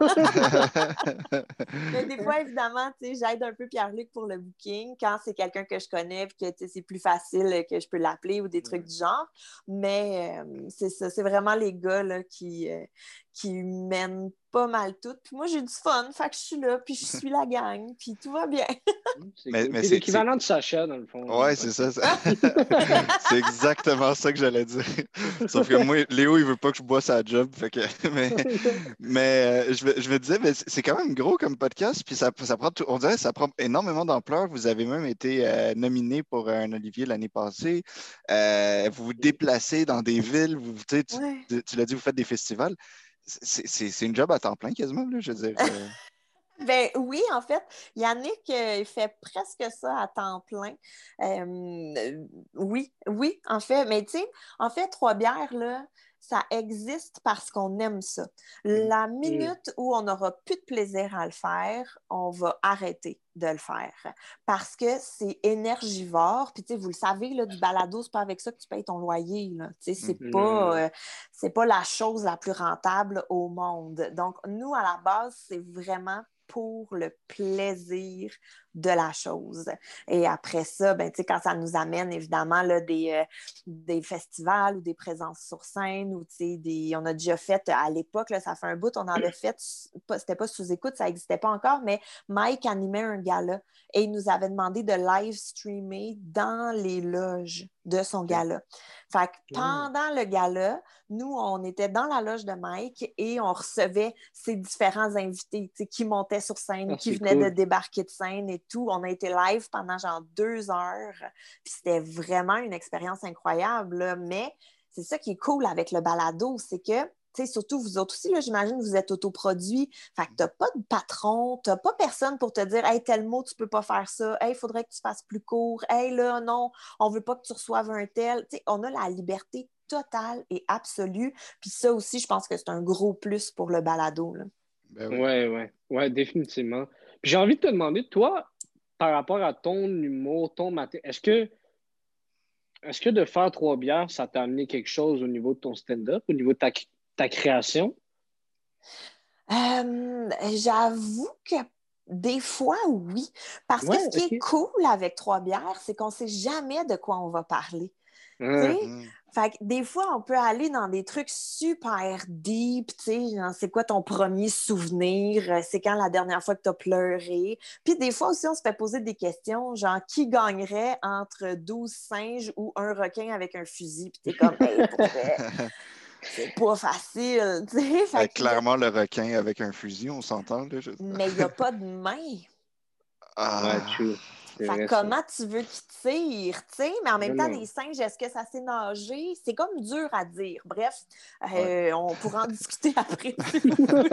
Speaker 3: Mais des fois, évidemment, tu sais, j'aide un peu Pierre-Luc pour le booking quand c'est quelqu'un que je connais et que c'est plus facile que je peux l'appeler ou des trucs du genre. Mais c'est ça, c'est vraiment les gars là, qui mènent pas mal tout. Puis moi, j'ai du fun, fait que je suis là, puis je suis la gang, puis tout va bien.
Speaker 1: C'est
Speaker 2: Mais,
Speaker 1: cool.
Speaker 2: mais
Speaker 1: T'es l'équivalent de Sacha, dans le fond.
Speaker 2: Ouais, c'est ça. C'est exactement ça que j'allais dire. Sauf que moi, Léo, il veut pas que je bois sa job. Fait que... mais je me disais, mais c'est quand même gros comme podcast. Puis ça prend on dirait que ça prend énormément d'ampleur. Vous avez même été nominé pour un Olivier l'année passée. Vous vous déplacez dans des villes.
Speaker 3: Ouais.
Speaker 2: Tu l'as dit, vous faites des festivals. C'est une job à temps plein quasiment, là, je veux dire.
Speaker 3: Ben oui, en fait, Yannick, il fait presque ça à temps plein. Oui, oui, en fait. Mais tu sais, en fait, Trois-Bières, là, ça existe parce qu'on aime ça. La minute où on n'aura plus de plaisir à le faire, on va arrêter de le faire parce que c'est énergivore. Puis, tu sais, vous le savez, là, du balado, c'est pas avec ça que tu payes ton loyer. Là. Tu sais, c'est pas la chose la plus rentable au monde. Donc, nous, à la base, c'est vraiment pour le plaisir de la chose. Et après ça, ben, quand ça nous amène évidemment là, des festivals ou des présences sur scène, ou on a déjà fait à l'époque, là, ça fait un bout, on avait fait, c'était pas sous écoute, ça n'existait pas encore, mais Mike animait un gala et il nous avait demandé de live streamer dans les loges de son gala. Fait que pendant le gala, nous, on était dans la loge de Mike et on recevait ses différents invités qui montaient sur scène, qui venaient de débarquer de scène et tout. On a été live pendant genre 2 heures. Puis c'était vraiment une expérience incroyable. Là. Mais c'est ça qui est cool avec le balado, c'est que surtout vous autres aussi, là, j'imagine que vous êtes autoproduits. Fait que t'as pas de patron, t'as pas personne pour te dire « Hey, tel mot, tu peux pas faire ça. Hey, il faudrait que tu fasses plus court. Hey, là, non, on veut pas que tu reçoives un tel. » On a la liberté totale et absolue. Puis ça aussi, je pense que c'est un gros plus pour le balado. Là.
Speaker 2: Ben oui.
Speaker 1: Ouais, définitivement. Puis j'ai envie de te demander, toi, par rapport à ton humour, ton matin, est-ce que de faire Trois-Bières, ça t'a amené quelque chose au niveau de ton stand-up, au niveau de ta création?
Speaker 3: J'avoue que des fois, oui. Parce que
Speaker 1: Ouais,
Speaker 3: ce qui est
Speaker 1: OK.
Speaker 3: cool avec Trois-Bières, c'est qu'on ne sait jamais de quoi on va parler.
Speaker 1: Hein.
Speaker 3: Fait que des fois, on peut aller dans des trucs super deep, genre, c'est quoi ton premier souvenir? C'est quand la dernière fois que tu as pleuré? Puis des fois aussi, on se fait poser des questions, genre, qui gagnerait entre 12 singes ou un requin avec un fusil? Puis t'es comme, hey, pour vrai, c'est pas facile, Fait que
Speaker 2: clairement, le requin avec un fusil, on s'entend, là.
Speaker 3: mais il n'y a pas de main.
Speaker 1: Ouais,
Speaker 2: Ah.
Speaker 1: true. C'est
Speaker 3: Fait
Speaker 1: vrai,
Speaker 3: que
Speaker 1: ça.
Speaker 3: comment tu veux qu'ils tirent, Mais en même temps,
Speaker 1: Vraiment.
Speaker 3: les singes, est-ce que ça sait nager? C'est comme dur à dire. Bref,
Speaker 2: Ouais.
Speaker 3: on pourra en discuter après si vous voulez.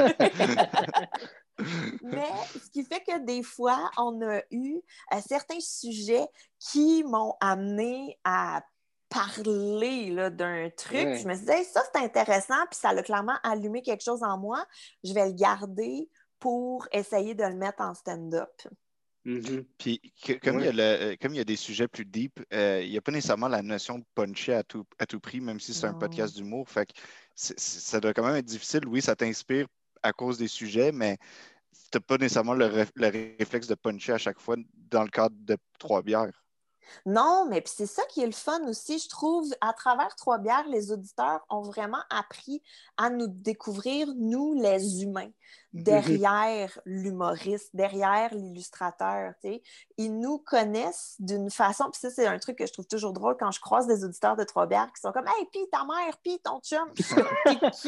Speaker 3: Mais ce qui fait que des fois, on a eu certains sujets qui m'ont amené à parler là, d'un truc. Je
Speaker 1: Ouais.
Speaker 3: me suis dit, hey, ça, c'est intéressant, puis ça a clairement allumé quelque chose en moi. Je vais le garder pour essayer de le mettre en stand-up.
Speaker 1: Mhm.
Speaker 2: Puis, comme
Speaker 1: Ouais.
Speaker 2: comme il y a des sujets plus deep, il n'y a pas nécessairement la notion de puncher à tout prix, même si c'est un
Speaker 3: Non.
Speaker 2: podcast d'humour. Fait que ça doit quand même être difficile. Oui, ça t'inspire à cause des sujets, mais tu n'as pas nécessairement le réflexe de puncher à chaque fois dans le cadre de Trois bières.
Speaker 3: Non, mais puis c'est ça qui est le fun aussi, je trouve. À travers Trois-Bières, les auditeurs ont vraiment appris à nous découvrir, nous, les humains,
Speaker 1: Mhm.
Speaker 3: derrière l'humoriste, derrière l'illustrateur. Ils nous connaissent d'une façon, puis ça, c'est un truc que je trouve toujours drôle quand je croise des auditeurs de Trois-Bières qui sont comme « Hey, puis ta mère, puis ton chum. » Puis je suis comme « T'es qui? »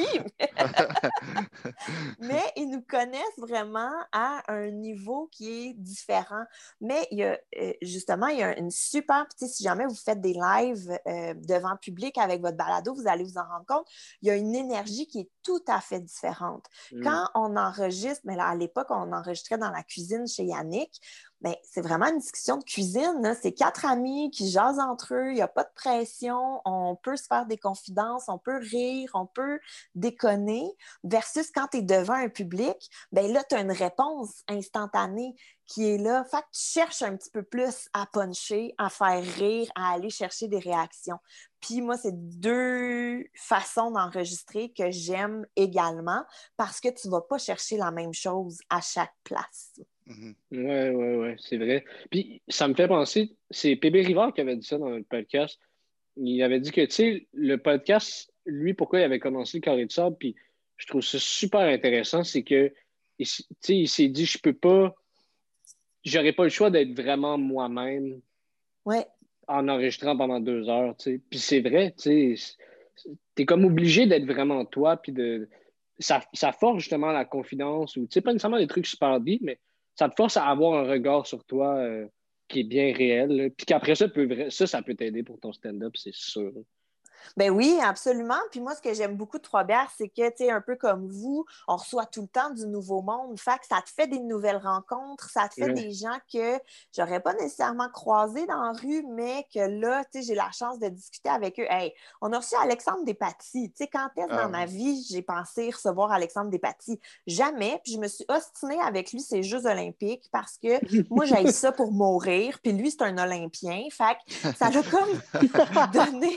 Speaker 3: Mais ils nous connaissent vraiment à un niveau qui est différent. Mais justement, il y a une super, si jamais vous faites des lives devant public avec votre balado, vous allez vous en rendre compte, il y a une énergie qui est tout à fait différente. Quand on enregistre, mais là, à l'époque, on enregistrait dans la cuisine chez Yannick, bien, c'est vraiment une discussion de cuisine. Là. C'est 4 amis qui jasent entre eux, il n'y a pas de pression, on peut se faire des confidences, on peut rire, on peut déconner, versus quand tu es devant un public, bien là, tu as une réponse instantanée qui est là. Fait que tu cherches un petit peu plus à puncher, à faire rire, à aller chercher des réactions. Puis moi, c'est 2 façons d'enregistrer que j'aime également parce que tu ne vas pas chercher la même chose à chaque place.
Speaker 1: Ouais, c'est vrai. Puis ça me fait penser, c'est Pébé Rivard qui avait dit ça dans le podcast. Il avait dit que, tu sais, le podcast, lui, pourquoi il avait commencé le Carré de sable, puis je trouve ça super intéressant, c'est que, tu sais, il s'est dit, je peux pas, j'aurais pas le choix d'être vraiment moi-même
Speaker 3: Ouais.
Speaker 1: en enregistrant pendant 2 heures, tu sais. Puis c'est vrai, tu sais, t'es comme obligé d'être vraiment toi, puis ça force justement la confidence, ou tu sais, pas nécessairement des trucs super deep, mais ça te force à avoir un regard sur toi qui est bien réel, là. Puis qu'après ça peut t'aider pour ton stand-up, c'est sûr.
Speaker 3: Ben oui, absolument. Puis moi, ce que j'aime beaucoup de Trois-Bières, c'est que, tu sais, un peu comme vous, on reçoit tout le temps du nouveau monde. Fait que ça te fait des nouvelles rencontres, ça te fait
Speaker 1: Ouais.
Speaker 3: des gens que j'aurais pas nécessairement croisés dans la rue, mais que là, tu sais, j'ai la chance de discuter avec eux. Hey, on a reçu Alexandre Despatie. Tu sais, quand est-ce dans ma vie j'ai pensé recevoir Alexandre Despatie? Jamais. Puis je me suis ostinée avec lui ces Jeux olympiques parce que moi, j'ai ça pour mourir. Puis lui, c'est un Olympien. Fait que ça l'a comme donné...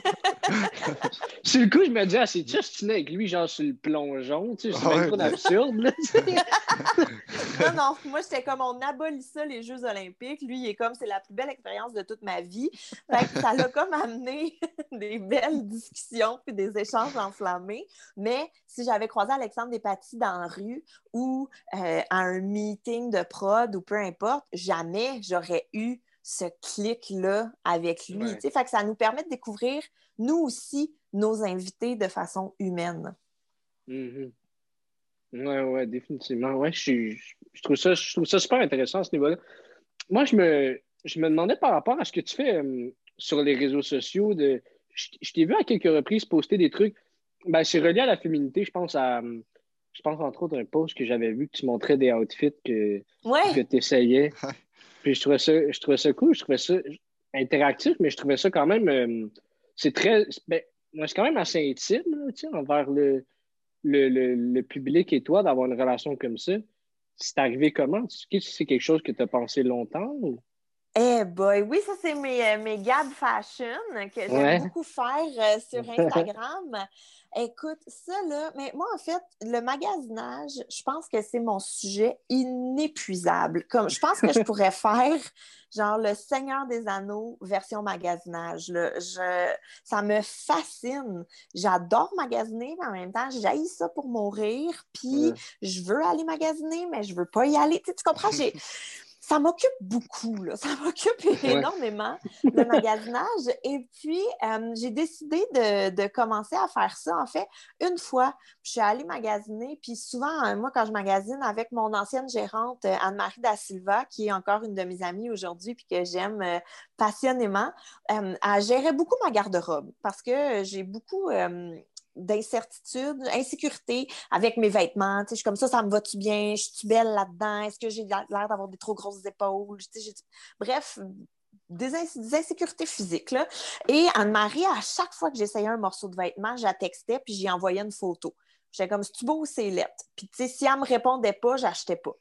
Speaker 1: Sur le coup, je me dis, ah, c'est juste avec lui, genre sur le plongeon, tu sais, c'est même
Speaker 2: Ouais,
Speaker 1: trop d'absurde, là, tu sais.
Speaker 3: Non, non, moi, j'étais comme, on abolit ça, les Jeux olympiques. Lui, il est comme, c'est la plus belle expérience de toute ma vie. Fait que ça l'a comme amené des belles discussions puis des échanges enflammés. Mais si j'avais croisé Alexandre Despatie dans la rue ou à un meeting de prod ou peu importe, jamais j'aurais eu ce clic-là avec lui.
Speaker 1: Ouais.
Speaker 3: Fait que ça nous permet de découvrir, nous aussi, nos invités de façon humaine.
Speaker 1: Mhm. Ouais, ouais, définitivement. Ouais, je trouve ça super intéressant à ce niveau-là. Moi, je me demandais par rapport à ce que tu fais sur les réseaux sociaux. Je t'ai vu à quelques reprises poster des trucs. Ben, c'est relié à la féminité. Je pense entre autres à un post que j'avais vu que tu montrais des outfits que
Speaker 3: Ouais,
Speaker 1: tu essayais. Puis je trouvais ça cool, je trouvais ça interactif, mais je trouvais ça quand même. C'est très. Ben, moi, c'est quand même assez intime, là, tu sais, envers le public et toi, d'avoir une relation comme ça. C'est arrivé comment? Est-ce que c'est quelque chose que tu as pensé longtemps?
Speaker 3: eh boy, oui, ça c'est mes Gab Fashion que j'aime
Speaker 1: Ouais.
Speaker 3: beaucoup faire sur Instagram. Écoute, ça là, mais moi en fait, le magasinage, je pense que c'est mon sujet inépuisable. Comme je pense que je pourrais faire genre le Seigneur des Anneaux version magasinage. Là. Ça me fascine. J'adore magasiner, mais en même temps, j'haïs ça pour mourir. Puis
Speaker 1: Ouais.
Speaker 3: je veux aller magasiner, mais je veux pas y aller. Tu comprends? Ça m'occupe beaucoup, là. Ça m'occupe
Speaker 1: Ouais.
Speaker 3: énormément, le magasinage. Et puis, j'ai décidé de commencer à faire ça. En fait, une fois, je suis allée magasiner. Puis souvent, moi, quand je magasine avec mon ancienne gérante, Anne-Marie Da Silva, qui est encore une de mes amies aujourd'hui, puis que j'aime passionnément, elle gérait beaucoup ma garde-robe parce que j'ai beaucoup d'incertitude, insécurité avec mes vêtements. Je suis comme ça me va-tu bien? Je suis belle là-dedans? Est-ce que j'ai l'air d'avoir des trop grosses épaules? Bref, des insécurités physiques. Là. Et Anne-Marie, à chaque fois que j'essayais un morceau de vêtement, je la textais puis j'y envoyais une photo. J'étais comme, c'est-tu beau ou c'est lettre? Puis, si elle me répondait pas, j'achetais pas.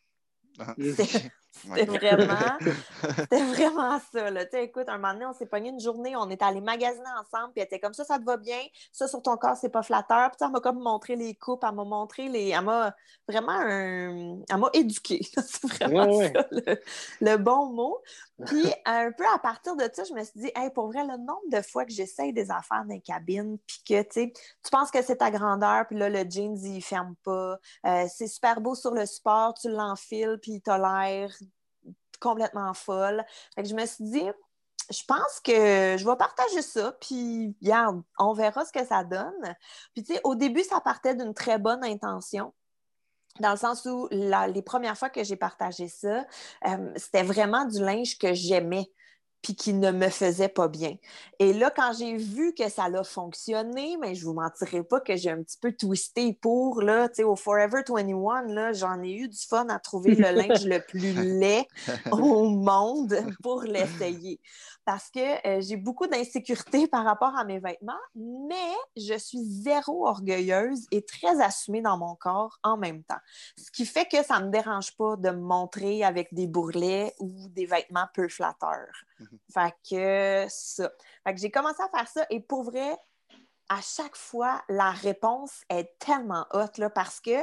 Speaker 2: Ok.
Speaker 3: C'était vraiment, c'était vraiment ça. Là. Écoute, un moment donné, on s'est pogné une journée, on est allés magasiner ensemble, puis elle était comme ça te va bien, ça sur ton corps, c'est pas flatteur. Puis elle m'a comme montré les coupes, elle m'a montré les. Elle m'a vraiment Elle m'a éduquée. C'est
Speaker 1: Ouais,
Speaker 3: vraiment
Speaker 1: ouais.
Speaker 3: ça, le bon mot. Puis un peu à partir de ça, je me suis dit, hey, pour vrai, le nombre de fois que j'essaye des affaires dans les cabines, puis que tu penses que c'est ta grandeur, puis là, le jeans, il ferme pas. C'est super beau sur le support, tu l'enfiles, puis t'as l'air complètement folle. Fait que je me suis dit, je pense que je vais partager ça, puis regarde, on verra ce que ça donne. Puis tu sais, au début, ça partait d'une très bonne intention. Dans le sens où les premières fois que j'ai partagé ça, c'était vraiment du linge que j'aimais puis qui ne me faisait pas bien. Et là, quand j'ai vu que ça a fonctionné, mais je vous mentirai pas que j'ai un petit peu twisté pour, là, tu sais, au Forever 21, là, j'en ai eu du fun à trouver le linge le plus laid au monde pour l'essayer. Parce que j'ai beaucoup d'insécurité par rapport à mes vêtements, mais je suis zéro orgueilleuse et très assumée dans mon corps en même temps. Ce qui fait que ça ne me dérange pas de me montrer avec des bourrelets ou des vêtements peu flatteurs. Fait que ça. Fait que j'ai commencé à faire ça et pour vrai, à chaque fois, la réponse est tellement haute là, parce que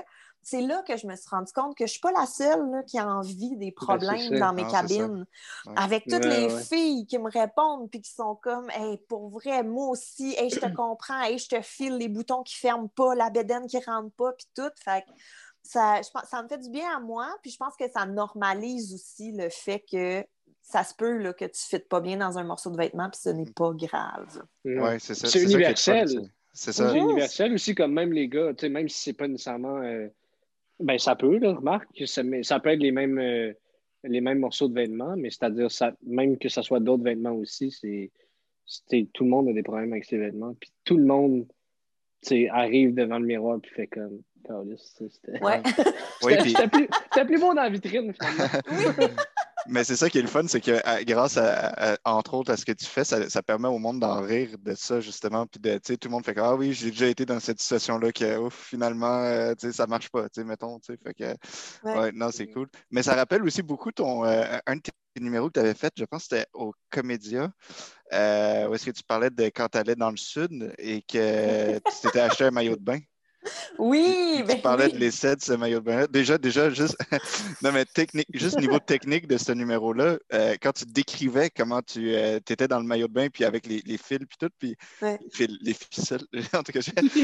Speaker 3: c'est là que je me suis rendu compte que je ne suis pas la seule là, qui a envie des problèmes dans mes cabines.
Speaker 2: Ouais.
Speaker 3: Avec toutes les filles qui me répondent puis qui sont comme hey, pour vrai, moi aussi, hey, je te comprends, hey, je te file les boutons qui ne ferment pas, la bédaine qui ne rentre pas, puis tout. Fait que ça me fait du bien à moi, puis je pense que ça normalise aussi le fait que ça se peut là, que tu ne fites pas bien dans un morceau de vêtement, puis ce n'est pas grave.
Speaker 2: Ouais, c'est ça.
Speaker 1: C'est universel.
Speaker 2: C'est ça.
Speaker 1: C'est universel aussi, comme même les gars, même si c'est pas nécessairement. Ben, ça peut, là, remarque, ça peut être les mêmes morceaux de vêtements, mais c'est-à-dire, même que ce soit d'autres vêtements aussi, tout le monde a des problèmes avec ses vêtements. Puis tout le monde arrive devant le miroir puis fait comme.
Speaker 3: Ouais.
Speaker 1: C'était plus beau dans la vitrine, finalement.
Speaker 2: Mais c'est ça qui est le fun, c'est que grâce entre autres à ce que tu fais, ça permet au monde d'en rire de ça, justement. Puis tout le monde fait que ah oui, j'ai déjà été dans cette situation-là que finalement, ça marche pas, mettons. Fait que ouais, non, c'est cool. Mais ça rappelle aussi beaucoup un de tes numéros que tu avais fait, je pense que c'était au Comédia. Où est-ce que tu parlais de quand tu allais dans le sud et que tu t'étais acheté un maillot de bain?
Speaker 3: Oui,
Speaker 2: tu parlais de l'essai de ce maillot de bain-là. Déjà, juste, non, mais juste niveau technique de ce numéro-là, quand tu décrivais comment tu étais dans le maillot de bain, puis avec les fils, puis tout, puis les ficelles. En tout cas,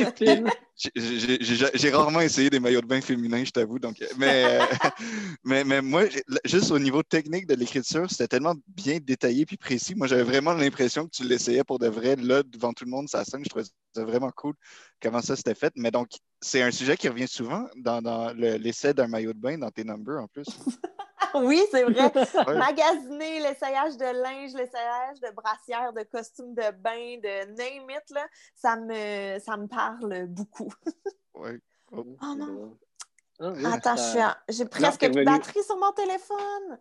Speaker 2: j'ai rarement essayé des maillots de bain féminins, je t'avoue. Mais moi, juste au niveau technique de l'écriture, c'était tellement bien détaillé puis précis. Moi, j'avais vraiment l'impression que tu l'essayais pour de vrai, là, devant tout le monde, ça sonne. Je trouvais ça vraiment cool comment ça s'était fait. Mais donc, c'est un sujet qui revient souvent dans l'essai d'un maillot de bain dans tes numbers en plus.
Speaker 3: Oui, c'est vrai. Magasiner, l'essayage de linge, l'essayage de brassière, de costume de bain, de name it, là, ça me parle beaucoup.
Speaker 2: Oui.
Speaker 3: Oh non.
Speaker 1: Oui,
Speaker 3: attends, j'ai presque plus de batterie sur mon téléphone.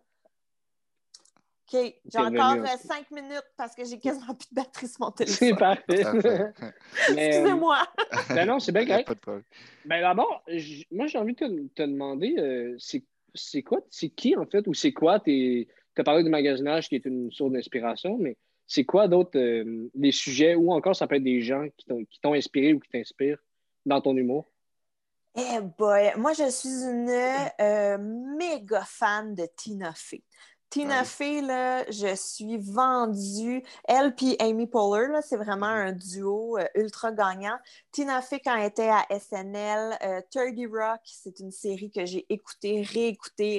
Speaker 3: OK, j'ai encore 5 minutes parce que j'ai quasiment plus de batterie sur mon téléphone.
Speaker 1: C'est parfait.
Speaker 3: Excusez-moi.
Speaker 1: Ben non, c'est bien correct.
Speaker 2: Pas de problème.
Speaker 1: Ben d'abord, moi j'ai envie de te demander, c'est qui en fait, ou c'est quoi tu as parlé du magasinage qui est une source d'inspiration, mais c'est quoi d'autres les sujets, ou encore ça peut être des gens qui t'ont inspiré ou qui t'inspirent dans ton humour?
Speaker 3: Eh boy, moi je suis une méga fan de Tina Fey. Tina Fey, là, je suis vendue. Elle puis Amy Poehler, là, c'est vraiment un duo ultra gagnant. Tina Fey, quand elle était à SNL, 30 Rock, c'est une série que j'ai écoutée, réécoutée,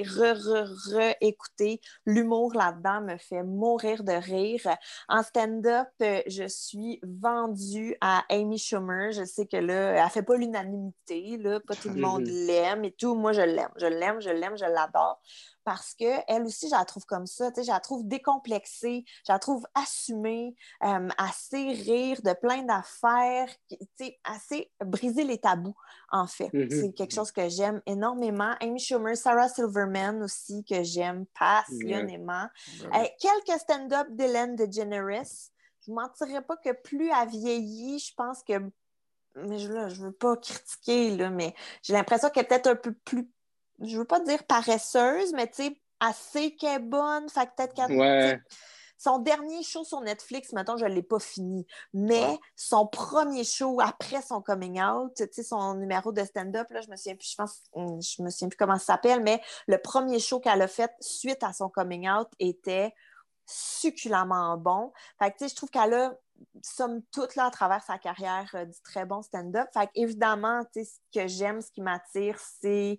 Speaker 3: réécoutée. L'humour là-dedans me fait mourir de rire. En stand-up, je suis vendue à Amy Schumer. Je sais que là, elle fait pas l'unanimité, là, pas tout le monde l'aime et tout. Moi, je l'aime, je l'adore. Parce qu'elle aussi, je la trouve comme ça, je la trouve décomplexée, je la trouve assumée, assez rire de plein d'affaires, assez briser les tabous, en fait. C'est quelque chose que j'aime énormément. Amy Schumer, Sarah Silverman aussi, que j'aime passionnément. Quelques stand-up d'Hélène DeGeneres. Je ne mentirais pas que plus elle vieillit, je pense que... Mais je ne veux pas critiquer, là, mais j'ai l'impression qu'elle est peut-être un peu plus, je veux pas dire paresseuse, mais tu sais, assez qu'elle est bonne. Fait que peut-être qu'elle. Son dernier show sur Netflix, mettons, je ne l'ai pas fini. Mais son premier show après son coming out, tu sais, son numéro de stand-up, là, je me souviens plus, je me souviens plus comment ça s'appelle, mais le premier show qu'elle a fait suite à son coming out était succulemment bon. Fait que, tu sais, je trouve qu'elle a, somme toute, là, à travers sa carrière, du très bon stand-up. Fait qu'évidemment, tu sais, ce que j'aime, ce qui m'attire, c'est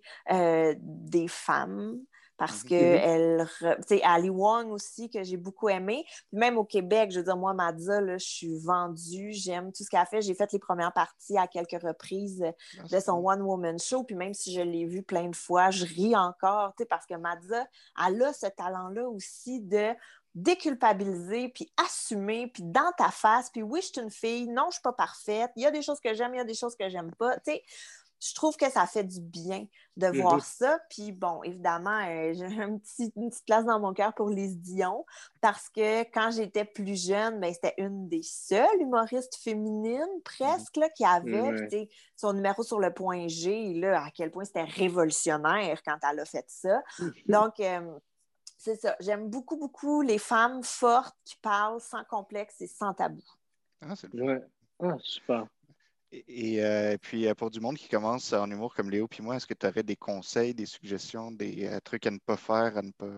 Speaker 3: des femmes. Parce que tu sais, Ali Wong aussi, que j'ai beaucoup aimé. Puis même au Québec, je veux dire, moi, Madza, là, je suis vendue. J'aime tout ce qu'elle a fait. J'ai fait les premières parties à quelques reprises de son One-Woman Show. Puis même si je l'ai vu plein de fois, je ris encore, tu sais, parce que Madza, elle a ce talent-là aussi de déculpabiliser, puis assumer, puis dans ta face, puis oui, je suis une fille, non, je suis pas parfaite, il y a des choses que j'aime, il y a des choses que j'aime pas, tu sais, je trouve que ça fait du bien de voir ça, puis bon, évidemment, j'ai une petite place dans mon cœur pour Lise Dion, parce que quand j'étais plus jeune, ben, c'était une des seules humoristes féminines, presque, là, qui avait, puis tu sais, son numéro sur le point G, là, à quel point c'était révolutionnaire quand elle a fait ça, donc... c'est ça. J'aime beaucoup, beaucoup les femmes fortes qui parlent sans complexe et sans tabou.
Speaker 2: Ah, c'est
Speaker 1: super.
Speaker 2: Et puis, pour du monde qui commence en humour comme Léo puis moi, est-ce que tu aurais des conseils, des suggestions, des trucs à ne pas faire, à ne pas...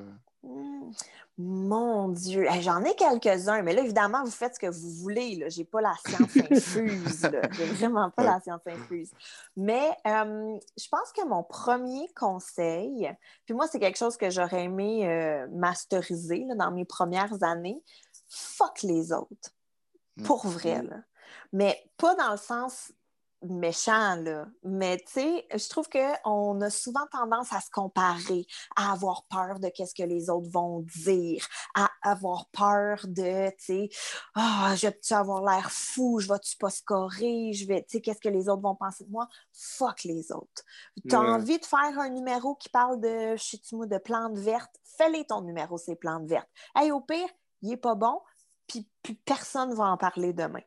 Speaker 3: Mon Dieu, hey, j'en ai quelques-uns, mais là, évidemment, vous faites ce que vous voulez. Là. J'ai pas la science infuse. Là. J'ai vraiment pas la science infuse. Mais je pense que mon premier conseil, puis moi, c'est quelque chose que j'aurais aimé masteriser là, dans mes premières années, fuck les autres. Pour vrai, là. Mais pas dans le sens méchant, là. Mais, tu sais, je trouve qu'on a souvent tendance à se comparer, à avoir peur de qu'est-ce que les autres vont dire, à avoir peur de, tu sais, je vais-tu avoir l'air fou, je vais-tu pas scorer, tu sais, qu'est-ce que les autres vont penser de moi? Fuck les autres. T'as envie de faire un numéro qui parle de, je sais-tu moi, de plantes vertes? Fais-les ton numéro, ces plantes vertes. Hey, au pire, il est pas bon, puis personne ne va en parler demain.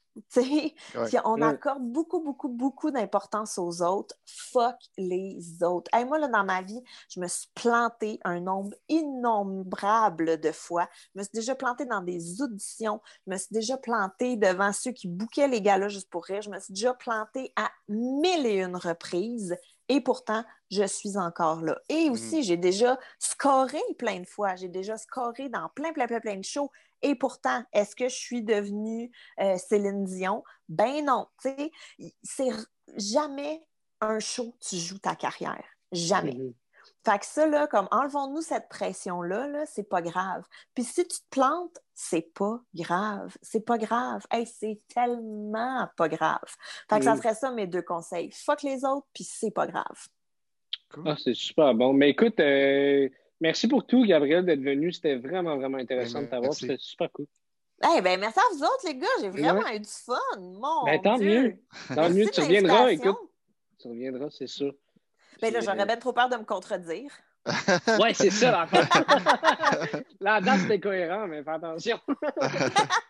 Speaker 3: On accorde beaucoup, beaucoup, beaucoup d'importance aux autres. Fuck les autres. Hey, moi, là, dans ma vie, je me suis plantée un nombre innombrable de fois. Je me suis déjà plantée dans des auditions. Je me suis déjà plantée devant ceux qui bookaient les galas juste pour rire. Je me suis déjà plantée à 1001 reprises. Et pourtant, je suis encore là. Et aussi, j'ai déjà scoré plein de fois. J'ai déjà scoré dans plein de shows. Et pourtant, est-ce que je suis devenue Céline Dion? Ben non. Tu sais, c'est jamais un show tu joues ta carrière. Jamais. Fait que ça, là, comme enlevons-nous cette pression-là, là, c'est pas grave. Puis si tu te plantes, c'est pas grave. C'est pas grave. Hey, c'est tellement pas grave. Fait que ça serait ça mes deux conseils. Fuck les autres, puis c'est pas grave.
Speaker 1: Cool. Ah, c'est super bon. Mais écoute, merci pour tout, Gabriel, d'être venu. C'était vraiment, vraiment intéressant de t'avoir. C'était super cool.
Speaker 3: Hey, ben, merci à vous autres, les gars. J'ai vraiment eu du fun. Mon
Speaker 1: tant
Speaker 3: Dieu.
Speaker 1: mieux. Tant mieux. Tu reviendras, écoute. Tu reviendras, c'est sûr.
Speaker 3: Ben là, j'aurais bien trop peur de me contredire.
Speaker 1: Ouais, c'est ça, en fait. La date, c'était cohérent, mais fais attention.